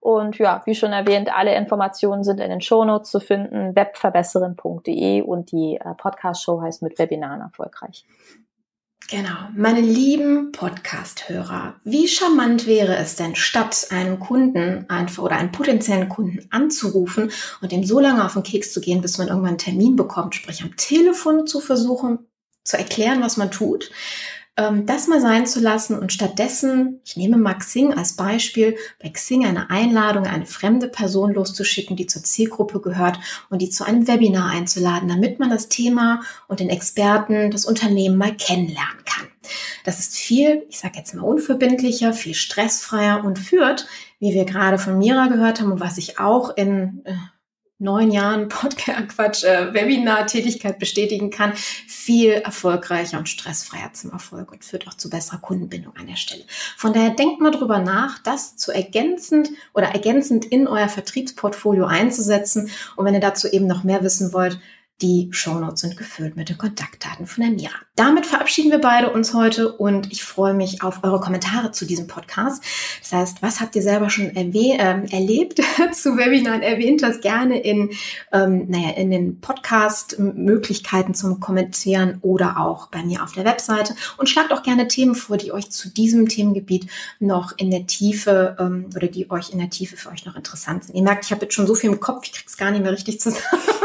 Und ja, wie schon erwähnt, alle Informationen sind in den Shownotes zu finden, webverbesserin.de, und die Podcast-Show heißt Mit Webinaren erfolgreich. Genau, meine lieben Podcast-Hörer, wie charmant wäre es denn, statt einen Kunden einfach oder einen potenziellen Kunden anzurufen und ihm so lange auf den Keks zu gehen, bis man irgendwann einen Termin bekommt, sprich am Telefon zu versuchen, zu erklären, was man tut, das mal sein zu lassen und stattdessen, ich nehme mal Xing als Beispiel, bei Xing eine Einladung, eine fremde Person loszuschicken, die zur Zielgruppe gehört und die zu einem Webinar einzuladen, damit man das Thema und den Experten, das Unternehmen mal kennenlernen kann. Das ist viel, ich sage jetzt mal unverbindlicher, viel stressfreier und führt, wie wir gerade von Mira gehört haben und was ich auch in 9 Jahren Webinar-Tätigkeit bestätigen kann, viel erfolgreicher und stressfreier zum Erfolg und führt auch zu besserer Kundenbindung an der Stelle. Von daher denkt mal drüber nach, das zu ergänzend in euer Vertriebsportfolio einzusetzen. Und wenn ihr dazu eben noch mehr wissen wollt, die Shownotes sind gefüllt mit den Kontaktdaten von der Mira. Damit verabschieden wir beide uns heute und ich freue mich auf eure Kommentare zu diesem Podcast. Das heißt, was habt ihr selber schon erlebt zu Webinaren? Erwähnt das gerne in den Podcast-Möglichkeiten zum Kommentieren oder auch bei mir auf der Webseite und schlagt auch gerne Themen vor, die euch zu diesem Themengebiet noch in der Tiefe oder die euch in der Tiefe für euch noch interessant sind. Ihr merkt, ich habe jetzt schon so viel im Kopf, ich krieg's gar nicht mehr richtig zusammen.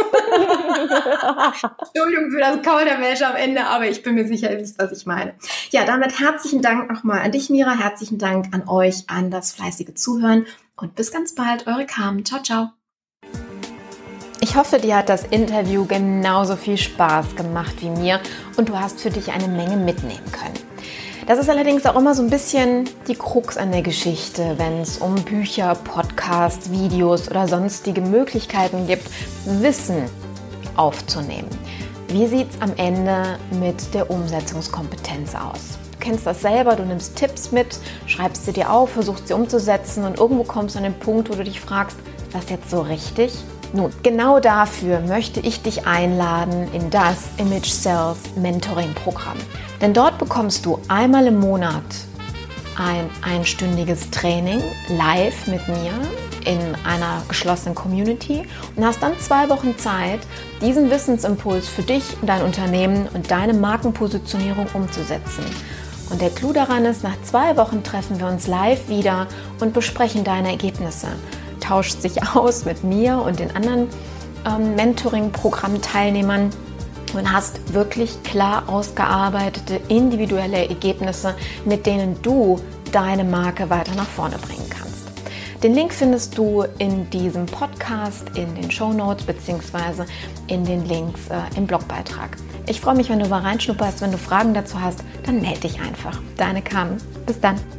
Entschuldigung für das Kauderwelsch am Ende, aber ich bin mir sicher, ihr wisst, was ich meine. Ja, damit herzlichen Dank nochmal an dich, Mira. Herzlichen Dank an euch, an das fleißige Zuhören und bis ganz bald, eure Carmen. Ciao, ciao. Ich hoffe, dir hat das Interview genauso viel Spaß gemacht wie mir und du hast für dich eine Menge mitnehmen können. Das ist allerdings auch immer so ein bisschen die Krux an der Geschichte, wenn es um Bücher, Podcasts, Videos oder sonstige Möglichkeiten gibt, Wissen aufzunehmen. Wie sieht es am Ende mit der Umsetzungskompetenz aus? Du kennst das selber, du nimmst Tipps mit, schreibst sie dir auf, versuchst sie umzusetzen und irgendwo kommst du an den Punkt, wo du dich fragst, ist das jetzt so richtig? Nun, genau dafür möchte ich dich einladen in das Image Sales Mentoring Programm. Denn dort bekommst du einmal im Monat ein einstündiges Training live mit mir in einer geschlossenen Community und hast dann 2 Wochen Zeit, diesen Wissensimpuls für dich, dein Unternehmen und deine Markenpositionierung umzusetzen. Und der Clou daran ist, nach 2 Wochen treffen wir uns live wieder und besprechen deine Ergebnisse. Tauscht sich aus mit mir und den anderen Mentoring-Programm-Teilnehmern und hast wirklich klar ausgearbeitete individuelle Ergebnisse, mit denen du deine Marke weiter nach vorne bringen kannst. Den Link findest du in diesem Podcast, in den Shownotes bzw. in den Links im Blogbeitrag. Ich freue mich, wenn du mal reinschnupperst. Wenn du Fragen dazu hast, dann melde dich einfach. Deine Carmen. Bis dann.